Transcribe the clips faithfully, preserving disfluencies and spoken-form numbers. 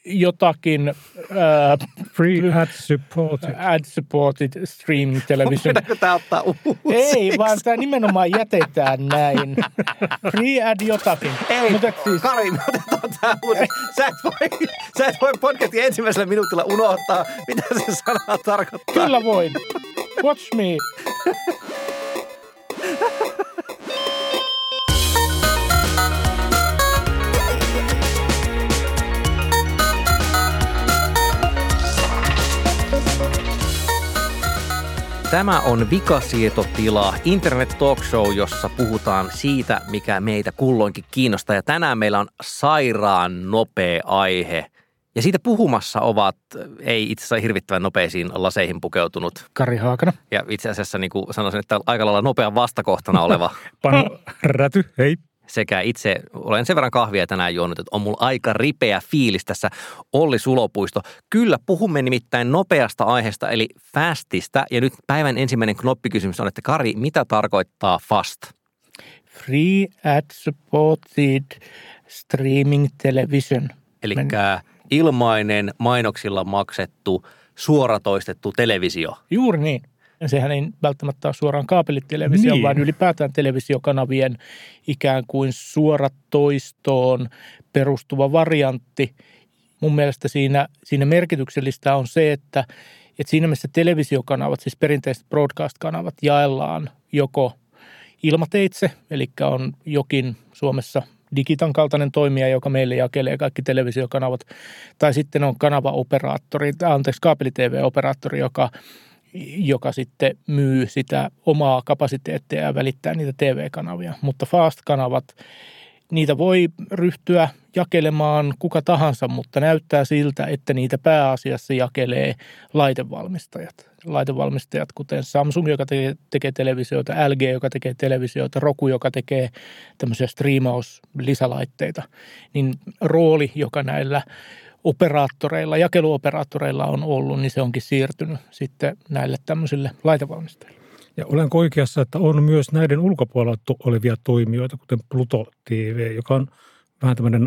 jotakin uh, free ad supported. ad supported streaming television. Voidaanko tämä ottaa uusiksi? Ei, vaan tämä nimenomaan jätetään näin. Free ad jotakin. Ei, mutta siis, Kari, me otetaan tämä uusiksi. Sä et voi, sä et voi podcastin ensimmäisellä minuutilla unohtaa, mitä se sana tarkoittaa. Kyllä voin. Watch me. Tämä on Vikasietotila, internet talk show, jossa puhutaan siitä, mikä meitä kulloinkin kiinnostaa. Ja tänään meillä on sairaan nopea aihe. Ja siitä puhumassa ovat, ei itse asiassa hirvittävän nopeisiin laseihin pukeutunut. Kari Haakana. Ja itse asiassa niin kuin sanoisin, että aika lailla nopean vastakohtana oleva. Panu Räty, hei. Sekä itse olen sen verran kahvia tänään juonut, että on mulla aika ripeä fiilis tässä Olli Sulopuisto. Kyllä, puhumme nimittäin nopeasta aiheesta, eli fastista. Ja nyt päivän ensimmäinen knoppikysymys on, että Kari, mitä tarkoittaa fast? Free ad supported streaming television. Eli ilmainen, mainoksilla maksettu, suoratoistettu televisio. Juuri niin. Ja sehän ei välttämättä ole suoraan kaapelitelevisio, niin, vaan ylipäätään televisiokanavien ikään kuin suoratoistoon perustuva variantti. Mun mielestä siinä, siinä merkityksellistä on se, että, että siinä missä televisiokanavat, siis perinteiset broadcast-kanavat jaellaan joko ilmateitse, eli on jokin Suomessa Digitan kaltainen toimija, joka meille jakelee kaikki televisiokanavat, tai sitten on kanavaoperaattori, anteeksi kaapeli-tv-operaattori, joka joka sitten myy sitä omaa kapasiteettia ja välittää niitä T V-kanavia. Mutta fast-kanavat, niitä voi ryhtyä jakelemaan kuka tahansa, mutta näyttää siltä, että niitä pääasiassa jakelee laitevalmistajat. Laitevalmistajat kuten Samsung, joka tekee, tekee televisioita, L G, joka tekee televisioita, Roku, joka tekee tämmöisiä striimauslisälaitteita. Niin rooli, joka näillä operaattoreilla, jakeluoperaattoreilla on ollut, niin se onkin siirtynyt sitten näille tämmöisille laitevalmistajille. Ja olenko oikeassa, että on myös näiden ulkopuolella olevia toimijoita, kuten Pluto T V, joka on vähän tämmöinen,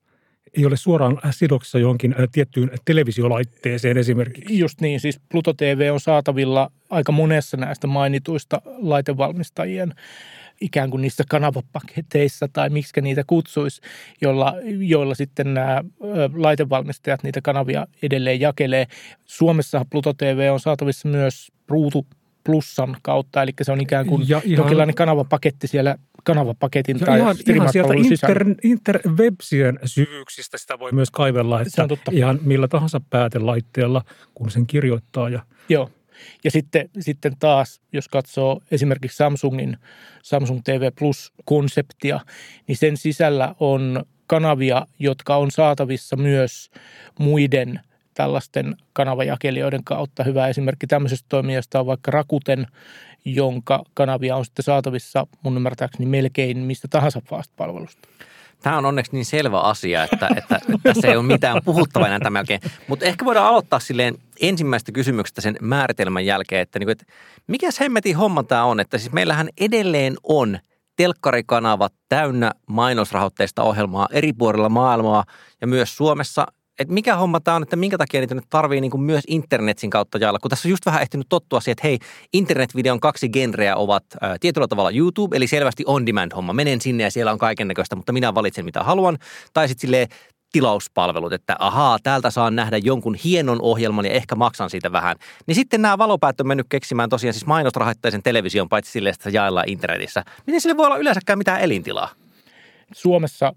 ei ole suoraan sidoksissa johonkin tiettyyn televisiolaitteeseen esimerkiksi. Just niin, siis Pluto T V on saatavilla aika monessa näistä mainituista laitevalmistajien ikään kuin niissä kanavapaketeissa tai miksi niitä kutsuisi, joilla, joilla sitten nämä laitevalmistajat niitä kanavia edelleen jakelee. Suomessa Pluto T V on saatavissa myös Ruutu Plussan kautta, eli se on ikään kuin ja ihan, jonkinlainen kanavapaketti siellä kanavapaketin tai ihan, ihan sieltä sisällä. Inter, interwebsien syvyyksistä sitä voi myös kaivella, että ihan millä tahansa päätelaitteella, kun sen kirjoittaa. Ja Joo. Ja sitten, sitten taas, jos katsoo esimerkiksi Samsungin Samsung T V Plus-konseptia, niin sen sisällä on kanavia, jotka on saatavissa myös muiden tällaisten kanavajakelijoiden kautta. Hyvä esimerkki tämmöisestä toimijasta on vaikka Rakuten, jonka kanavia on sitten saatavissa mun ymmärtääkseni melkein mistä tahansa fast-palvelusta. Tämä on onneksi niin selvä asia, että, että, että tässä ei ole mitään puhuttavaa enää tämän jälkeen. Mutta ehkä voidaan aloittaa silleen ensimmäistä kysymyksestä sen määritelmän jälkeen, että, niin kuin, että mikä hemmetin homma tämä on, että siis meillähän edelleen on telkkarikanavat täynnä mainosrahoitteista ohjelmaa eri puolilla maailmaa ja myös Suomessa. Että mikä homma tämä on, että minkä takia niitä nyt tarvii niin kuin myös internetin kautta jaella, kun tässä on just vähän ehtinyt tottua siihen, että hei, internetvideon kaksi genreä ovat ää, tietyllä tavalla YouTube, eli selvästi on-demand-homma. Menen sinne ja siellä on kaiken näköistä, mutta minä valitsen mitä haluan. Tai sitten silleen tilauspalvelut, että ahaa, täältä saan nähdä jonkun hienon ohjelman ja ehkä maksan siitä vähän. Niin sitten nämä valopäät on mennyt keksimään tosiaan siis mainosrahoitteisen television, paitsi silleen, että jaellaan internetissä. Miten sille voi olla yleensäkään mitään elintilaa? Suomessa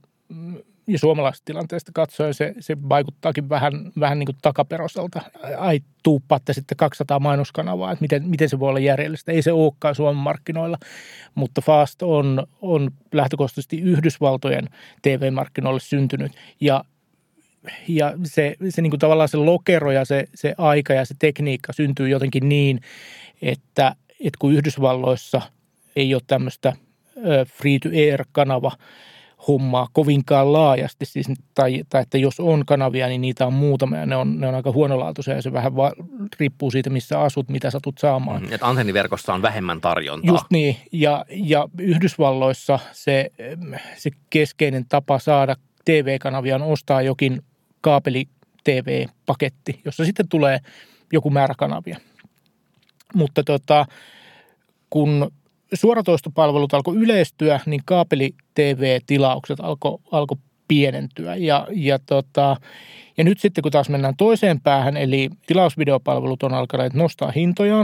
ja suomalaisesta tilanteesta katsoen se, se vaikuttaakin vähän, vähän niin kuin takaperoselta. Ai tuuppaatte sitten kaksisataa mainoskanavaa, että miten, miten se voi olla järjellistä. Ei se olekaan Suomen markkinoilla, mutta Fast on, on lähtökohtaisesti Yhdysvaltojen T V-markkinoille syntynyt. Ja, ja se, se niin kuin tavallaan se lokero ja se, se aika ja se tekniikka syntyy jotenkin niin, että, että kun Yhdysvalloissa ei ole tämmöistä free-to-air-kanava, hommaa kovinkaan laajasti, siis, tai, tai että jos on kanavia, niin niitä on muutama ja ne on, ne on aika huonolaatuisia ja se vähän va- riippuu siitä, missä asut, mitä satut saamaan. Mm, että antenniverkossa on vähemmän tarjontaa. Just niin, ja, ja Yhdysvalloissa se, se keskeinen tapa saada T V-kanavia on ostaa jokin kaapeli T V-paketti, jossa sitten tulee joku määrä kanavia. Mutta tota, kun suoratoistopalvelut alkoi yleistyä, niin kaapeli-T V-tilaukset alkoi alko pienentyä. Ja, ja, tota, ja nyt sitten kun taas mennään toiseen päähän, eli tilausvideopalvelut on alkaneet nostaa hintojaan,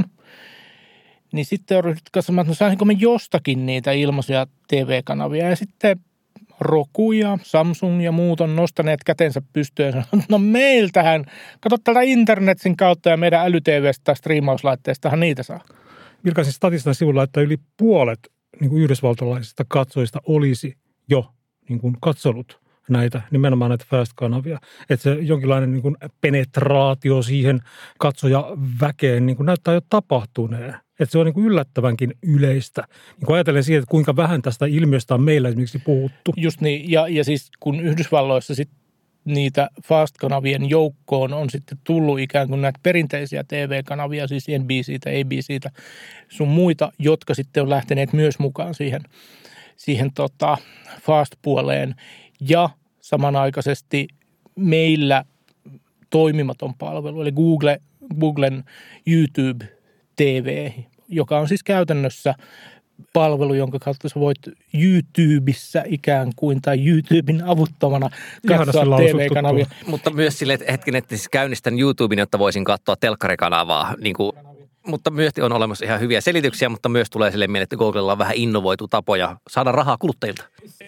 niin sitten on ryhdytty katsomaan, että no saisinko me jostakin niitä ilmaisia T V-kanavia. Ja sitten Roku ja Samsung ja muut on nostaneet kätensä pystyyn ja sanonut, että no meiltähän, kato täältä internetin kautta ja meidän äly-T V:stä tai striimauslaitteistahan niitä saa. Vilkaisin Statistan sivulla, että yli puolet niin kuin yhdysvaltalaisista katsojista olisi jo niin kuin katsonut näitä, nimenomaan näitä fast-kanavia. Että se jonkinlainen niin kuin penetraatio siihen katsojaväkeen niin kuin näyttää jo tapahtuneen. Että se on niin kuin yllättävänkin yleistä. Niin kuin ajatellen siihen, että kuinka vähän tästä ilmiöstä on meillä esimerkiksi puhuttu. Just niin, ja, ja siis kun Yhdysvalloissa sit niitä fast-kanavien joukkoon on sitten tullut ikään kuin näitä perinteisiä T V-kanavia, siis N B C:tä, A B C:tä, sun muita, jotka sitten on lähteneet myös mukaan siihen, siihen tota fast-puoleen. Ja samanaikaisesti meillä toimimaton palvelu, eli Google, Googlen YouTube T V, joka on siis käytännössä palvelu, jonka kautta sä voit YouTubessa ikään kuin tai YouTuben avuttomana katsoa T V-kanavia. Mutta myös sille, että hetken, että siis käynnistän YouTuben, jotta voisin katsoa telkkarikanavaa. Niin kuin, mutta myös on olemassa ihan hyviä selityksiä, mutta myös tulee sille mieleen, että Googlella on vähän innovoitu tapoja saada rahaa kuluttajilta.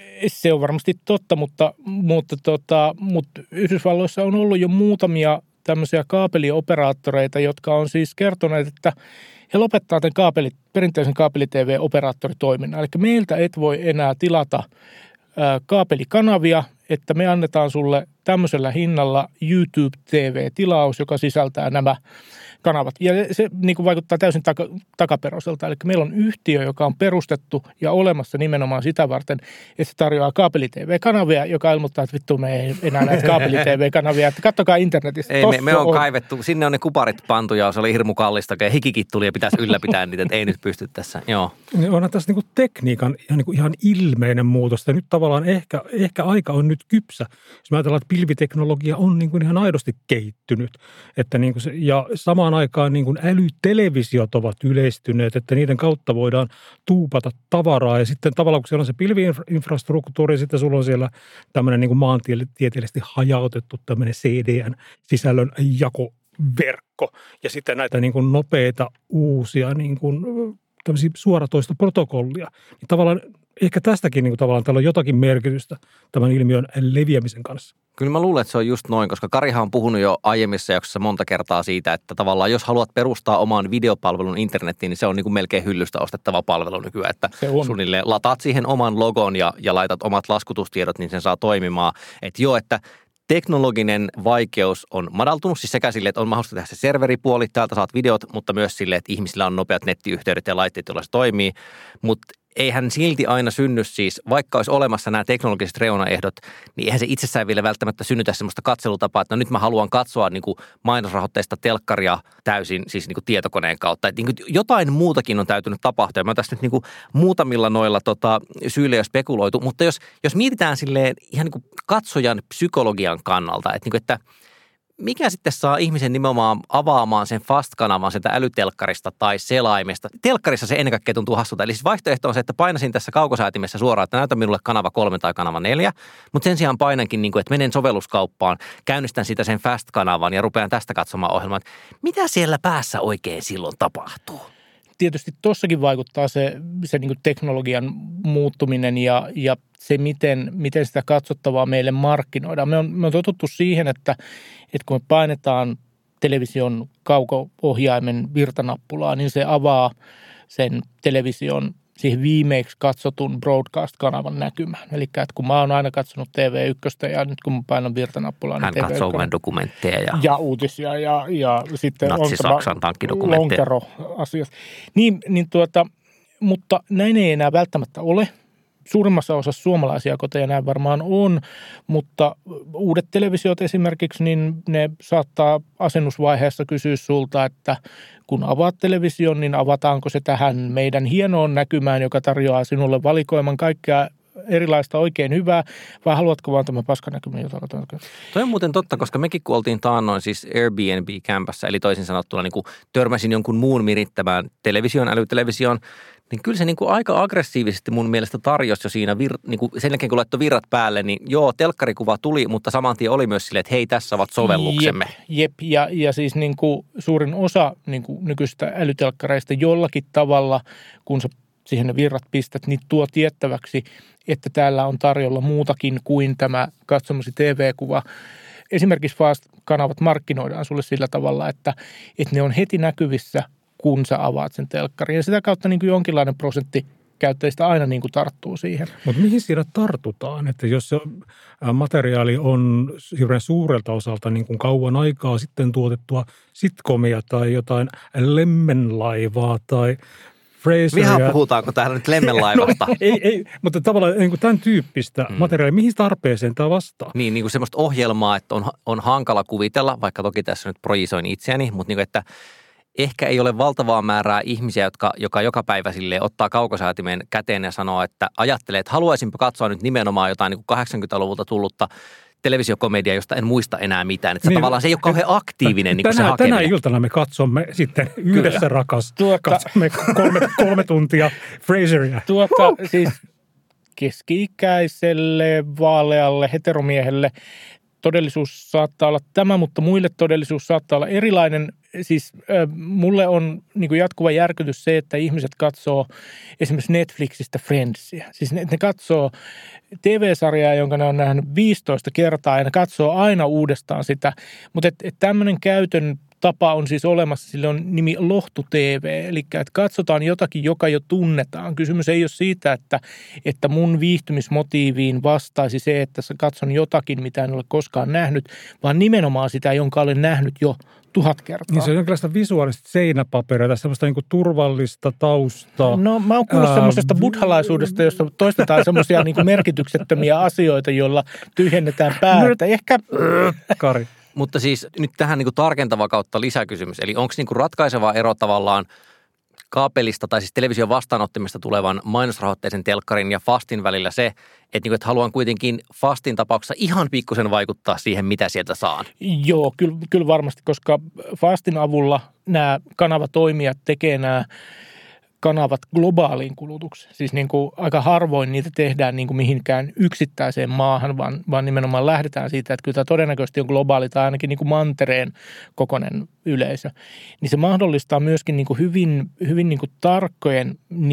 Se on varmasti totta, mutta, mutta, tota, mutta Yhdysvalloissa on ollut jo muutamia tämmöisiä kaapelioperaattoreita, jotka on siis kertoneet, että he lopettaa tämän kaapeli, perinteisen kaapeli-T V-operaattoritoiminnan. Eli meiltä et voi enää tilata ää, kaapelikanavia, että me annetaan sulle tämmöisellä hinnalla YouTube T V-tilaus, joka sisältää nämä kanavat. Ja se niin kuin vaikuttaa täysin taka, takaperoiselta. Eli meillä on yhtiö, joka on perustettu ja olemassa nimenomaan sitä varten, että se tarjoaa kaapeli-T V-kanavia, joka ilmoittaa, että vittu me ei enää näitä kaapeli-T V-kanavia, että katsokaa internetistä. Ei, me, me on, on kaivettu, sinne on ne kuparit pantu ja se oli hirmu kallista, ja hikikin tuli ja pitäisi ylläpitää niitä, että ei nyt pysty tässä. Joo. Onhan tässä niin kuin tekniikan ihan, niin kuin ihan ilmeinen muutos. Ja nyt tavallaan ehkä, ehkä aika on nyt kypsä. Jos me ajatellaan, että pilviteknologia on niin kuin ihan aidosti kehittynyt. Että niin kuin se, ja samaan aikaan niin kuin älytelevisiot ovat yleistyneet, että niiden kautta voidaan tuupata tavaraa. Ja sitten tavallaan, kun siellä on se pilvi-infrastruktuuri, ja sitten sulla on siellä tämmöinen niin kuin maantieteellisesti hajautettu tämmöinen C D N-sisällön jakoverkko. Ja sitten näitä niin kuin nopeita uusia niin kuin tämmöisiä suoratoistoprotokollia. Niin tavallaan ehkä tästäkin niin kuin tavallaan tällä on jotakin merkitystä tämän ilmiön leviämisen kanssa. Kyllä mä luulen, että se on just noin, koska Karihan on puhunut jo aiemmissa jaksossa monta kertaa siitä, että tavallaan jos haluat perustaa oman videopalvelun internettiin, niin se on niin kuin melkein hyllystä ostettava palvelu nykyään, että suunnilleen lataat siihen oman logon ja, ja laitat omat laskutustiedot, niin sen saa toimimaan. Että joo, että teknologinen vaikeus on madaltunut, siis sekä sille, että on mahdollista tehdä se serveripuoli, täältä saat videot, mutta myös sille, että ihmisillä on nopeat nettiyhteydet ja laitteet, joilla se toimii, mutta eihän silti aina synny siis, vaikka olisi olemassa nämä teknologiset reunaehdot, niin eihän se itsessään vielä välttämättä synnytä semmoista katselutapaa, että no nyt mä haluan katsoa niin kuin mainosrahoitteista telkkaria täysin siis niin kuin tietokoneen kautta. Että niin kuin jotain muutakin on täytynyt tapahtua. Mä tässä nyt niin kuin muutamilla noilla tota, syillä jo spekuloitu, mutta jos, jos mietitään silleen ihan niin kuin katsojan psykologian kannalta, että, niin kuin, että mikä sitten saa ihmisen nimenomaan avaamaan sen fast-kanavan sieltä älytelkkarista tai selaimesta? Telkkarissa se ennen kaikkea tuntuu hassulta. Eli siis vaihtoehto on se, että painasin tässä kaukosäätimessä suoraan, että näytä minulle kanava kolme tai kanava neljä. Mutta sen sijaan painankin, niin kuin, että menen sovelluskauppaan, käynnistän sitä sen fast-kanavan ja rupean tästä katsomaan ohjelmaa. Mitä siellä päässä oikein silloin tapahtuu? Tietysti tuossakin vaikuttaa se, se niin kuin teknologian muuttuminen ja, ja se, miten, miten sitä katsottavaa meille markkinoidaan. Me on, me on totuttu siihen, että, että kun me painetaan television kauko-ohjaimen virtanappulaa, niin se avaa sen television siihen viimeiksi katsotun broadcast-kanavan näkymään. Eli että kun mä oon aina katsonut T V yksi ja nyt kun mä painan virtanappulaa, niin hän katsoo vain dokumentteja. Ja, ja uutisia ja, ja sitten Natsi-Saksan tankkidokumentteja. Lonkero-asiat. Niin, niin tuota, mutta näin ei enää välttämättä ole. Suurimmassa osassa suomalaisia koteja näin varmaan on, mutta uudet televisiot esimerkiksi, niin ne saattaa asennusvaiheessa kysyä sulta, että kun avaat television, niin avataanko se tähän meidän hienoon näkymään, joka tarjoaa sinulle valikoiman kaikkea erilaista oikein hyvää, vai haluatko vaan tämän paskanäkymän jotain? Toi on muuten totta, koska mekin kun oltiin taannoin siis Airbnb-kämpässä, eli toisin sanottuna niin kuin törmäsin jonkun muun mirittämään television, älytelevision, niin kyllä se niin kuin aika aggressiivisesti mun mielestä tarjosi jo siinä, vir, niin kuin sen jälkeen kun laittoi virrat päälle, niin joo, telkkarikuva tuli, mutta saman tien oli myös silleen, että hei, tässä ovat sovelluksemme. Jep, jep. Ja, ja siis niin kuin suurin osa niin kuin nykyistä älytelkkareista jollakin tavalla, kun sä siihen ne virrat pistät, niin tuo tiettäväksi, että täällä on tarjolla muutakin kuin tämä katsomasi T V-kuva. Esimerkiksi Fast-kanavat markkinoidaan sulle sillä tavalla, että, että ne on heti näkyvissä, kun sä avaat sen telkkarin. Ja sitä kautta niin kuin jonkinlainen prosentti käyttäjistä aina niin kuin tarttuu siihen. Mutta mihin siinä tartutaan? Että jos se materiaali on hirveän suurelta osalta niin kuin kauan aikaa sitten tuotettua sitcomia tai jotain lemmenlaivaa tai Fraseria. Viha puhutaanko täällä nyt lemmenlaivasta? No, ei, ei, mutta tavallaan niin kuin tämän tyyppistä mm. materiaalia, mihin tarpeeseen tämä vastaa? Niin, niin kuin semmoista ohjelmaa, että on, on hankala kuvitella, vaikka toki tässä nyt projisoin itseäni, mutta niin kuin, että ehkä ei ole valtavaa määrää ihmisiä, jotka joka, joka päivä silleen ottaa kaukosäätimen käteen ja sanoo, että ajattelee, että haluaisinpa katsoa nyt nimenomaan jotain niin kuin kahdeksankymmentäluvulta tullutta televisiokomedia, josta en muista enää mitään. Että se niin, tavallaan se ei ole kauhean aktiivinen niin kuin tänä, se hakeminen. Tänä iltana me katsomme sitten yhdessä Kyllä. rakas. Tuota, katsomme kolme, kolme tuntia Fraseria. Tuota siis keski-ikäiselle, vaalealle, heteromiehelle todellisuus saattaa olla tämä, mutta muille todellisuus saattaa olla erilainen. Siis äh, mulle on niin kuin jatkuva järkytys se, että ihmiset katsoo esimerkiksi Netflixistä Friendsia. Siis ne, ne katsoo T V-sarjaa, jonka ne on nähnyt viisitoista kertaa ja ne katsoo aina uudestaan sitä. Mutta et, et tämmöinen käytön tapa on siis olemassa, sillä on nimi lohtu-T V, eli että katsotaan jotakin, joka jo tunnetaan. Kysymys ei ole siitä, että, että mun viihtymismotiiviin vastaisi se, että sä katson jotakin, mitä en ole koskaan nähnyt, vaan nimenomaan sitä, jonka olen nähnyt jo tuhat kertaa. Niin se on jonkinlaista visuaalista seinäpaperia tai semmoista niin kuin turvallista taustaa. No mä oon kuullut semmoisesta buddhalaisuudesta, jossa toistetaan semmoisia niin kuin merkityksettömiä asioita, joilla tyhjennetään päätä. Ehkä... Kari. Mutta siis nyt tähän niin kuin tarkentava kautta lisäkysymys. Eli onko niin kuin ratkaiseva ero tavallaan kaapelista tai siis television vastaanottimesta tulevan mainosrahoitteisen telkkarin ja Fastin välillä se, että, niin kuin, että haluan kuitenkin Fastin tapauksessa ihan pikkusen vaikuttaa siihen, mitä sieltä saan? Joo, kyllä, kyllä varmasti, koska Fastin avulla nämä kanavatoimijat tekee nämä kanavat globaaliin kulutukseen. Siis niin kuin aika harvoin niitä tehdään niin kuin mihinkään yksittäiseen maahan, vaan, vaan nimenomaan lähdetään siitä, että kyllä tämä todennäköisesti on globaali tai ainakin niin kuin mantereen kokoinen yleisö. Niin se mahdollistaa myöskin niin kuin hyvin, hyvin niin kuin tarkkojen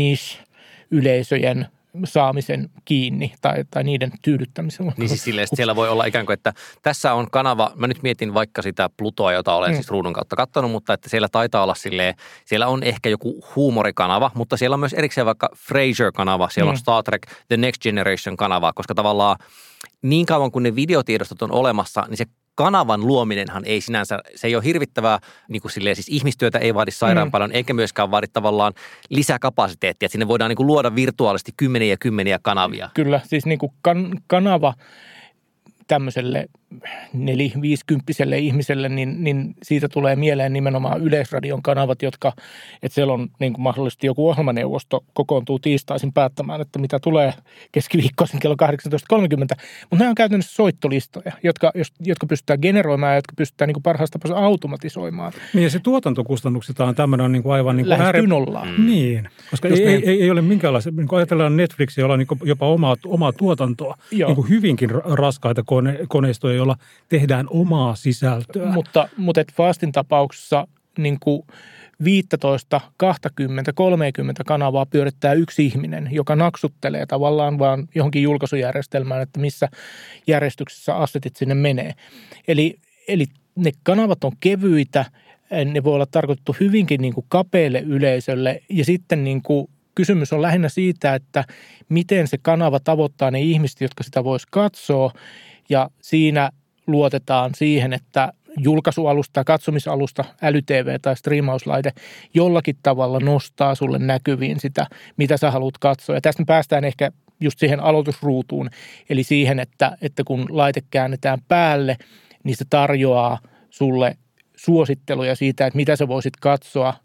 niche-yleisöjen saamisen kiinni tai, tai niiden tyydyttämisen. Niin siis silleen, että siellä voi olla ikään kuin, että tässä on kanava, mä nyt mietin vaikka sitä Plutoa, jota olen mm. siis ruudun kautta katsonut, mutta että siellä taitaa olla silleen, siellä on ehkä joku huumorikanava, mutta siellä on myös erikseen vaikka Frasier-kanava, siellä mm. on Star Trek The Next Generation-kanava, koska tavallaan niin kauan kuin ne videotiedostot on olemassa, niin se kanavan luominenhan ei sinänsä, se ei ole hirvittävää, niin kuin silleen, siis ihmistyötä ei vaadi sairaan mm. paljon, eikä myöskään vaadi tavallaan lisäkapasiteettia, että sinne voidaan niin kuin luoda virtuaalisesti kymmeniä ja kymmeniä kanavia. Kyllä, siis niin kuin kan, kanava tämmöiselle neli-viisikymppiselle ihmiselle, niin, niin siitä tulee mieleen nimenomaan Yleisradion kanavat, jotka, että siellä on niin kuin mahdollisesti joku ohjelmaneuvosto kokoontuu tiistaisin päättämään, että mitä tulee keskiviikkoisin kello kahdeksantoista kolmekymmentä, mutta nämä on käytännössä soittolistoja, jotka, jotka pystytään generoimaan ja jotka pystytään niin kuin parhaassa tapauksessa automatisoimaan. Niin ja se tuotantokustannuksiltaan tämmöinen on niin kuin aivan niin kuin lähes nollaan. Mm. Niin, koska ei, ei, ei, ei ole minkäänlaista, niin kuin ajatellaan Netflixiä, jolla on niin kuin jopa omaa, omaa tuotantoa, niin kuin hyvinkin raskaita kone, koneistoja, jolla tehdään omaa sisältöä. Mutta, mutta et Fastin tapauksessa niin kuin viisitoista, kaksikymmentä, kolmekymmentä kanavaa pyörittää yksi ihminen, joka naksuttelee tavallaan vaan johonkin julkaisujärjestelmään, että missä järjestyksessä assetit sinne menee. Eli, eli ne kanavat on kevyitä, ne voi olla tarkoitettu hyvinkin niin kuin kapealle yleisölle ja sitten niin kuin kysymys on lähinnä siitä, että miten se kanava tavoittaa ne ihmiset, jotka sitä voisi katsoa ja siinä luotetaan siihen, että julkaisualusta, katsomisalusta, äly-T V tai striimauslaite jollakin tavalla nostaa sulle näkyviin sitä, mitä sä haluat katsoa. Ja tästä me päästään ehkä just siihen aloitusruutuun, eli siihen, että, että kun laite käännetään päälle, niin se tarjoaa sulle suositteluja siitä, että mitä sä voisit katsoa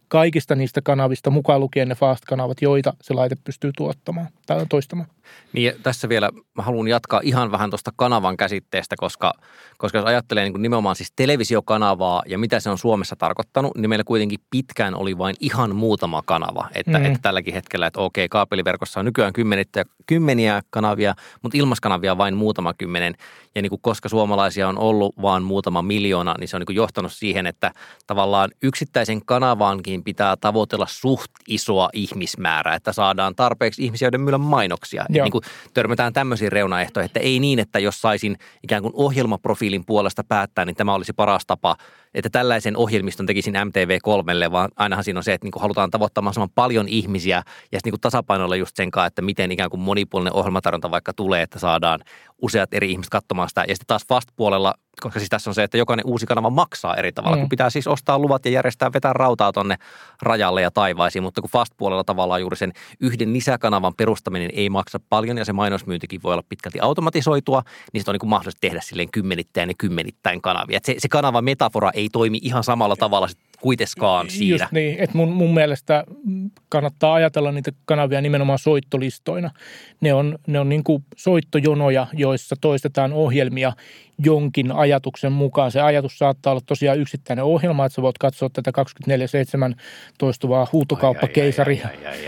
kaikista niistä kanavista, mukaan lukien ne fast-kanavat, joita se laite pystyy tuottamaan tai toistamaan. Niin ja tässä vielä mä haluan jatkaa ihan vähän tuosta kanavan käsitteestä, koska, koska jos ajattelee niin kuin nimenomaan siis televisiokanavaa ja mitä se on Suomessa tarkoittanut, niin meillä kuitenkin pitkään oli vain ihan muutama kanava. Että, mm. että tälläkin hetkellä, että okei, kaapeliverkossa on nykyään kymmeniä, kymmeniä kanavia, mutta ilmaskanavia vain muutama kymmenen. Ja niin kuin koska suomalaisia on ollut vain muutama miljoona, niin se on niin kuin johtanut siihen, että tavallaan yksittäisen kanavaankin pitää tavoitella suht isoa ihmismäärää, että saadaan tarpeeksi ihmisiä, joiden myydä mainoksia. Niin kuin törmätään tämmöisiin reunaehtoihin, että ei niin, että jos saisin ikään kuin ohjelmaprofiilin puolesta päättää, niin tämä olisi paras tapa, että tällaisen ohjelmiston tekisin M T V kolmelle, vaan ainahan siinä on se, että niin kuin halutaan tavoittaa mahdollisimman paljon ihmisiä ja sitten niin kuin tasapainoilla just sen kanssa, että miten ikään kuin monipuolinen ohjelmatarjonta vaikka tulee, että saadaan useat eri ihmiset katsomaan sitä. Ja sitten taas fast-puolella, koska siis tässä on se, että jokainen uusi kanava maksaa eri tavalla, mm. kun pitää siis ostaa luvat ja järjestää, vetää rautaa tonne rajalle ja taivaisiin, mutta kun fast-puolella tavallaan juuri sen yhden lisäkanavan perustaminen ei maksa paljon ja se mainosmyyntikin voi olla pitkälti automatisoitua, niin se on niin kuin mahdollista tehdä silleen kymmenittäin ja kymmenittäin kanavia. Et se, se kanavan metafora ei toimi ihan samalla tavalla kuitenkaan siinä. Just niin, että mun, mun mielestä kannattaa ajatella niitä kanavia nimenomaan soittolistoina. Ne on, ne on niin kuin soittojonoja, joissa toistetaan ohjelmia jonkin ajatuksen mukaan. Se ajatus saattaa olla tosiaan yksittäinen ohjelma, että sä voit katsoa tätä kaksikymmentäneljä seitsemän toistuvaa huutokauppakeisari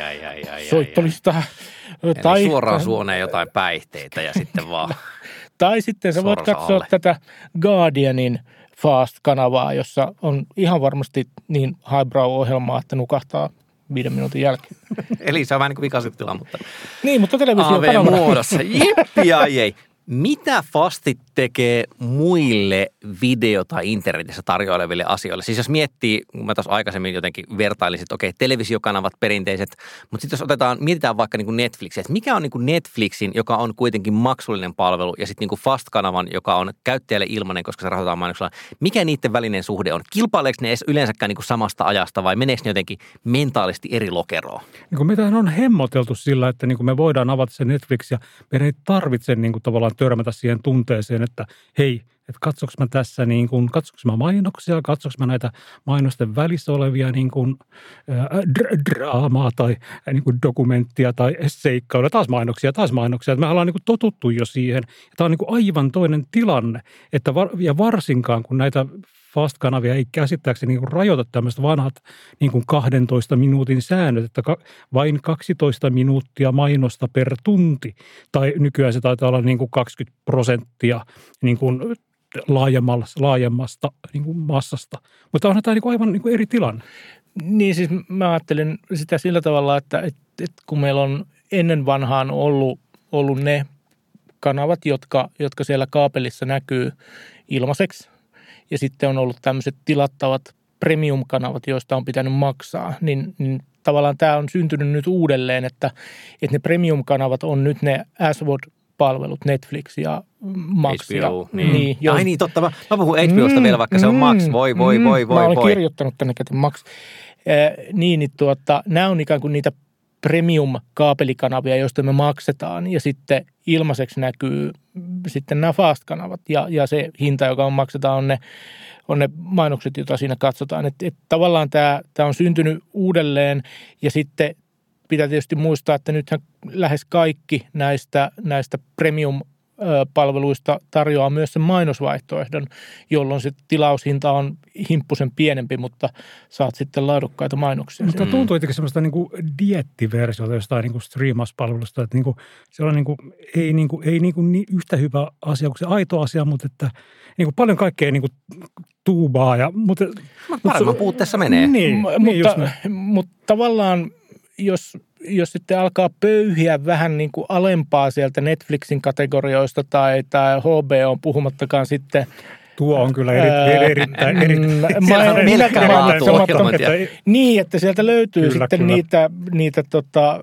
soittolistaa. Tai suoraan suoneen jotain päihteitä ja sitten vaan tai sitten sä voit katsoa alle tätä Guardianin Fast-kanavaa, jossa on ihan varmasti niin highbrow-ohjelmaa, että nukahtaa viiden minuutin jälkeen. Eli se on vähän niin kuin vikasyttila, mutta niin, mutta televisiokanavana. A V-muodossa. Jippi ai ei. Mitä Fastit tekee muille video- tai internetissä tarjoileville asioille? Siis jos miettii, kun mä tuossa aikaisemmin jotenkin vertailisin, että okei, televisiokanavat perinteiset, mutta sitten jos otetaan, mietitään vaikka niin kuin Netflix, että mikä on niin kuin Netflixin, joka on kuitenkin maksullinen palvelu, ja sitten niin kuin Fast-kanavan, joka on käyttäjälle ilmainen, koska se rahoitetaan mainoksella. Mikä niiden välinen suhde on? Kilpaileeko ne edes yleensäkään niin kuin samasta ajasta vai meneekö ne jotenkin mentaalisesti eri lokeroon? Niin kuin meitähän on hemmoteltu sillä, että niin kuin me voidaan avata se Netflix ja meidän ei tarvitse niin kuin tavallaan törmätä siihen tunteeseen, että hei, että katsoks mä tässä niin kuin, katsoks mä mainoksia, katsoks mä näitä mainosten välissä olevia niin kuin ää, dra- draamaa tai ää, niin kuin dokumenttia tai seikkailua, taas mainoksia, taas mainoksia. Että me ollaan niin kuin totuttu jo siihen. Tämä on niin kuin aivan toinen tilanne, että var, ja varsinkaan kun näitä Fast-kanavia ei käsittääkseni niin rajoita tämmöiset vanhat niin kuin kahdentoista minuutin säännöt, että ka, vain kaksitoista minuuttia mainosta per tunti. Tai nykyään se taitaa olla niin kuin kaksikymmentä prosenttia niin kuin laajemmasta, laajemmasta niin kuin massasta. Mutta onhan tämä niin kuin aivan niin kuin eri tilanne. Niin siis mä ajattelen sitä sillä tavalla, että, että, että kun meillä on ennen vanhaan ollut, ollut ne kanavat, jotka, jotka siellä kaapelissa näkyy ilmaiseksi, ja sitten on ollut tämmöiset tilattavat premium-kanavat, joista on pitänyt maksaa, niin, niin tavallaan tämä on syntynyt nyt uudelleen, että, että ne premium-kanavat on nyt ne S V O D-palvelut, Netflix ja Max. H B O, ja, niin. niin jo, Ai niin, totta. Mä, mä puhun H B Osta mm, vielä, vaikka se on Max. Voi, voi, mm, voi, voi, Mä olen voi. kirjoittanut tänne käteen Max. Äh, niin, niin tuota, nämä on ikään kuin niitä premium-kaapelikanavia, joista me maksetaan, ja sitten ilmaiseksi näkyy sitten nämä fast-kanavat, ja, ja se hinta, joka on maksetaan, on ne, on ne mainokset, joita siinä katsotaan. Et, et tavallaan tämä, tämä on syntynyt uudelleen, ja sitten pitää tietysti muistaa, että nythän lähes kaikki näistä, näistä premium palveluista tarjoaa myös sen mainosvaihtoehdon, jolloin se tilaushinta on himppusen pienempi, mutta saat sitten laadukkaita mainoksia. Mutta tuntuu jotenkin semmoista niin kuin diettiversiota jostain niin kuin striimauspalvelusta, että niin kuin, se on niin kuin, ei, niin kuin, ei niin kuin niin yhtä hyvä asia kuin se aito asia, mutta että niin kuin paljon kaikkea niin kuin tuubaa. Ja, mutta, paremman mutta, puutteessa menee. Niin, M- niin mutta, mutta tavallaan jos, jos sitten alkaa pöyhiä vähän niin kuin alempaa sieltä Netflixin kategorioista tai, tai H B O puhumattakaan sitten. Tuo on kyllä eri, eri, erittäin eri. Siellä on melkein laatuohjelmat. Niin, että sieltä löytyy kyllä, sitten kyllä. niitä, niitä tota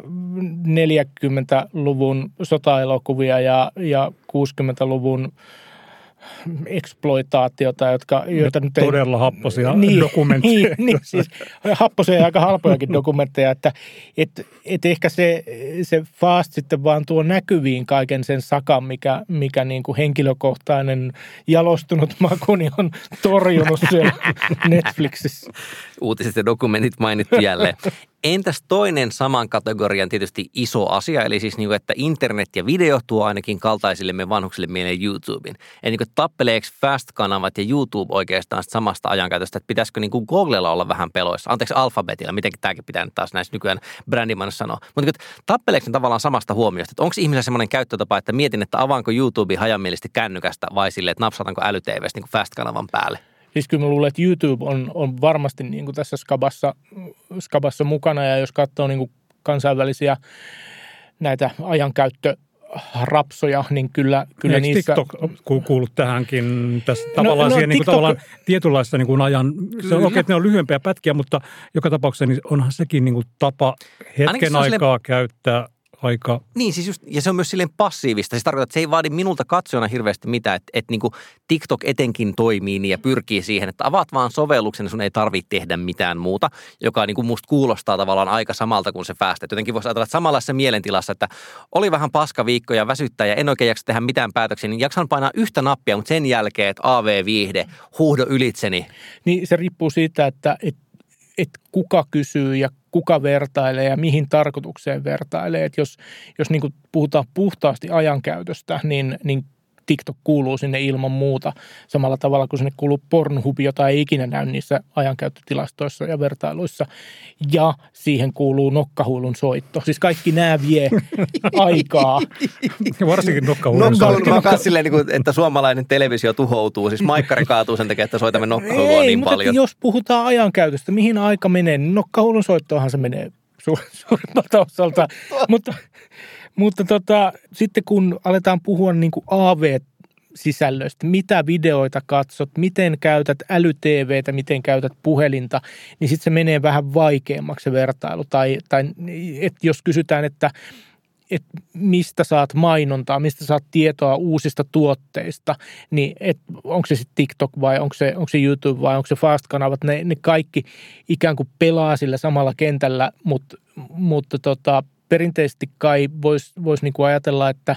neljäkymmentäluvun sotaelokuvia ja, ja kuusikymmentäluvun exploitaatiota, jotka, joita nyt ei... Todella happosia niin, dokumentteja. Niin, niin, siis happosia ja aika halpojakin dokumentteja, että et, et ehkä se, se Fast sitten vaan tuo näkyviin kaiken sen sakan, mikä, mikä niin kuin henkilökohtainen jalostunut makuni on torjunut siellä Netflixissä. Uutiset ja dokumentit mainittu jälleen. Entäs toinen saman kategorian tietysti iso asia, eli siis niin kuin, että internet ja video tuo ainakin kaltaisillemme vanhuksille mieleen YouTuben. Eli niin kuin, tappeleeko Fast-kanavat ja YouTube oikeastaan samasta ajankäytöstä, että pitäisikö niin kuin Googlella olla vähän peloissa? Anteeksi, Alphabetilla, mitenkin tämäkin pitää nyt taas näissä nykyään brändimainossa sanoa. Mutta niin tappeleeko ne tavallaan samasta huomiosta, että onko ihmisellä semmoinen käyttötapa, että mietin, että avaanko YouTube hajamielisesti kännykästä vai silleen, että napsatanko äly-tv:stä niin kuin Fast-kanavan päälle? Siis kyllä mä luulen, että YouTube on, on varmasti niin kuin tässä skabassa, skabassa mukana ja jos katsoo niin kuin kansainvälisiä näitä ajankäyttörapsoja, niin kyllä, kyllä Eikö niissä... TikTok kuullut tähänkin tässä tavallaan no, siihen no, niin kuin TikTok... tavallaan tietynlaista niin kuin ajan, se on okei, että ne on lyhyempiä pätkiä, mutta joka tapauksessa niin onhan sekin niin kuin tapa hetken aikaa silleen... käyttää aika... Niin, siis just, ja se on myös silleen passiivista. Se tarkoittaa, että se ei vaadi minulta katsojana hirveästi mitään, että, että niin kuin TikTok etenkin toimii niin ja pyrkii siihen, että avaat vaan sovelluksen ja sun ei tarvitse tehdä mitään muuta, joka niin kuin musta kuulostaa tavallaan aika samalta kuin se Fast. Että jotenkin voisi ajatella, että samanlaisessa mielentilassa, että oli vähän paska viikko ja väsyttää ja en oikein jaksa tehdä mitään päätöksiä, niin jaksan painaa yhtä nappia, mutta sen jälkeen, että A V-viihde, huuhdo ylitseni. Niin se riippuu siitä, että, että, että kuka kysyy ja kuka vertailee ja mihin tarkoitukseen vertailee. Että jos jos niin kuin puhutaan puhtaasti ajankäytöstä, niin, niin TikTok kuuluu sinne ilman muuta samalla tavalla kuin sinne kuuluu Pornhub, jota ei ikinä näy niissä ajankäyttötilastoissa ja vertailuissa. Ja siihen kuuluu nokkahuilun soitto. Siis kaikki nämä vie aikaa. Varsinkin nokkahuilun soitto. Mä oon silleen, että suomalainen televisio tuhoutuu. Siis maikkari kaatuu sen takia, että soitamme nokkahuilua niin mutta paljon. Jos puhutaan ajankäytöstä, mihin aika menee, niin nokkahuilun soittoahan se menee suurimmalta osalta. mutta... Mutta tota, sitten kun aletaan puhua niin kuin A V-sisällöistä, mitä videoita katsot, miten käytät äly-tv:tä, miten käytät puhelinta, niin sitten se menee vähän vaikeammaksi se vertailu. Tai, tai et jos kysytään, että et mistä saat mainontaa, mistä saat tietoa uusista tuotteista, niin et, onko se sitten TikTok vai onko se, onko se YouTube vai onko se Fast-kanavat, ne, ne kaikki ikään kuin pelaa sillä samalla kentällä, mutta, mutta tota, perinteisesti kai voisi vois niinku ajatella, että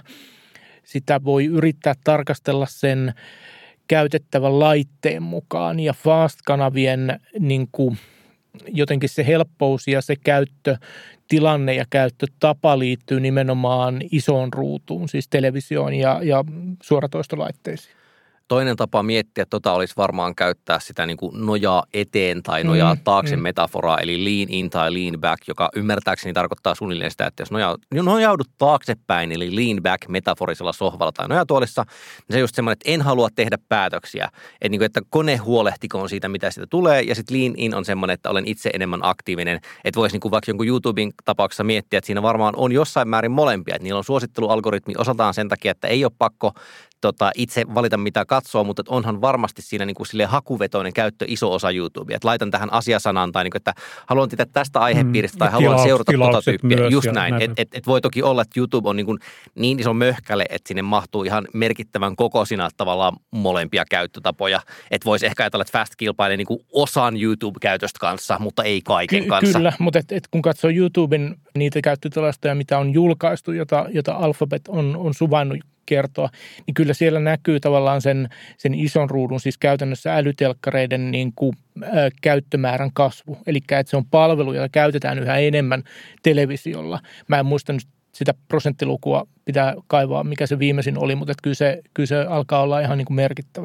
sitä voi yrittää tarkastella sen käytettävän laitteen mukaan ja Fast-kanavien niinku jotenkin se helppous ja se käyttötilanne ja käyttötapa liittyy nimenomaan isoon ruutuun, siis televisioon ja, ja suoratoistolaitteisiin. Toinen tapa miettiä tota olisi varmaan käyttää sitä niin kuin nojaa eteen tai nojaa mm, taakse mm. metaforaa, eli lean in tai lean back, joka ymmärtääkseni tarkoittaa suunnilleen sitä, että jos nojaudut taaksepäin, eli lean back metaforisella sohvalla tai nojatuolissa, niin se on just semmoinen, että en halua tehdä päätöksiä, että, niin kuin, että kone huolehtikoon siitä, mitä siitä tulee, ja sitten lean in on semmoinen, että olen itse enemmän aktiivinen, että voisi niin kuin vaikka jonkun YouTuben tapauksessa miettiä, että siinä varmaan on jossain määrin molempia, että niillä on suosittelualgoritmi osataan sen takia, että ei ole pakko Tota, itse valita mitä katsoo, mutta onhan varmasti siinä niin kuin silleen hakuvetoinen käyttö iso osa YouTubea. Että laitan tähän asiasanaan tai niin kuin, että haluan tietää tästä aihepiiristä tai mm, haluan tilaus, seurata tuota tyyppiä. Just näin. Että et, et voi toki olla, että YouTube on niin, kuin niin iso möhkäle, että sinne mahtuu ihan merkittävän kokoisina tavallaan molempia käyttötapoja. Että voisi ehkä ajatella, että Fast kilpailee niin kuin osan YouTube-käytöstä kanssa, mutta ei kaiken Ky- kanssa. Kyllä, mutta et, et kun katsoo YouTuben niitä käyttötilastoja, mitä on julkaistu, jota, jota Alphabet on, on suvainnut kertoa, niin kyllä siellä näkyy tavallaan sen, sen ison ruudun, siis käytännössä älytelkkareiden niin kuin, ä, käyttömäärän kasvu. Eli että se on palvelu, jota käytetään yhä enemmän televisiolla. Mä en muista nyt sitä prosenttilukua, pitää kaivaa, mikä se viimeisin oli, mutta kyllä se, kyllä se alkaa olla ihan niin kuin merkittävä.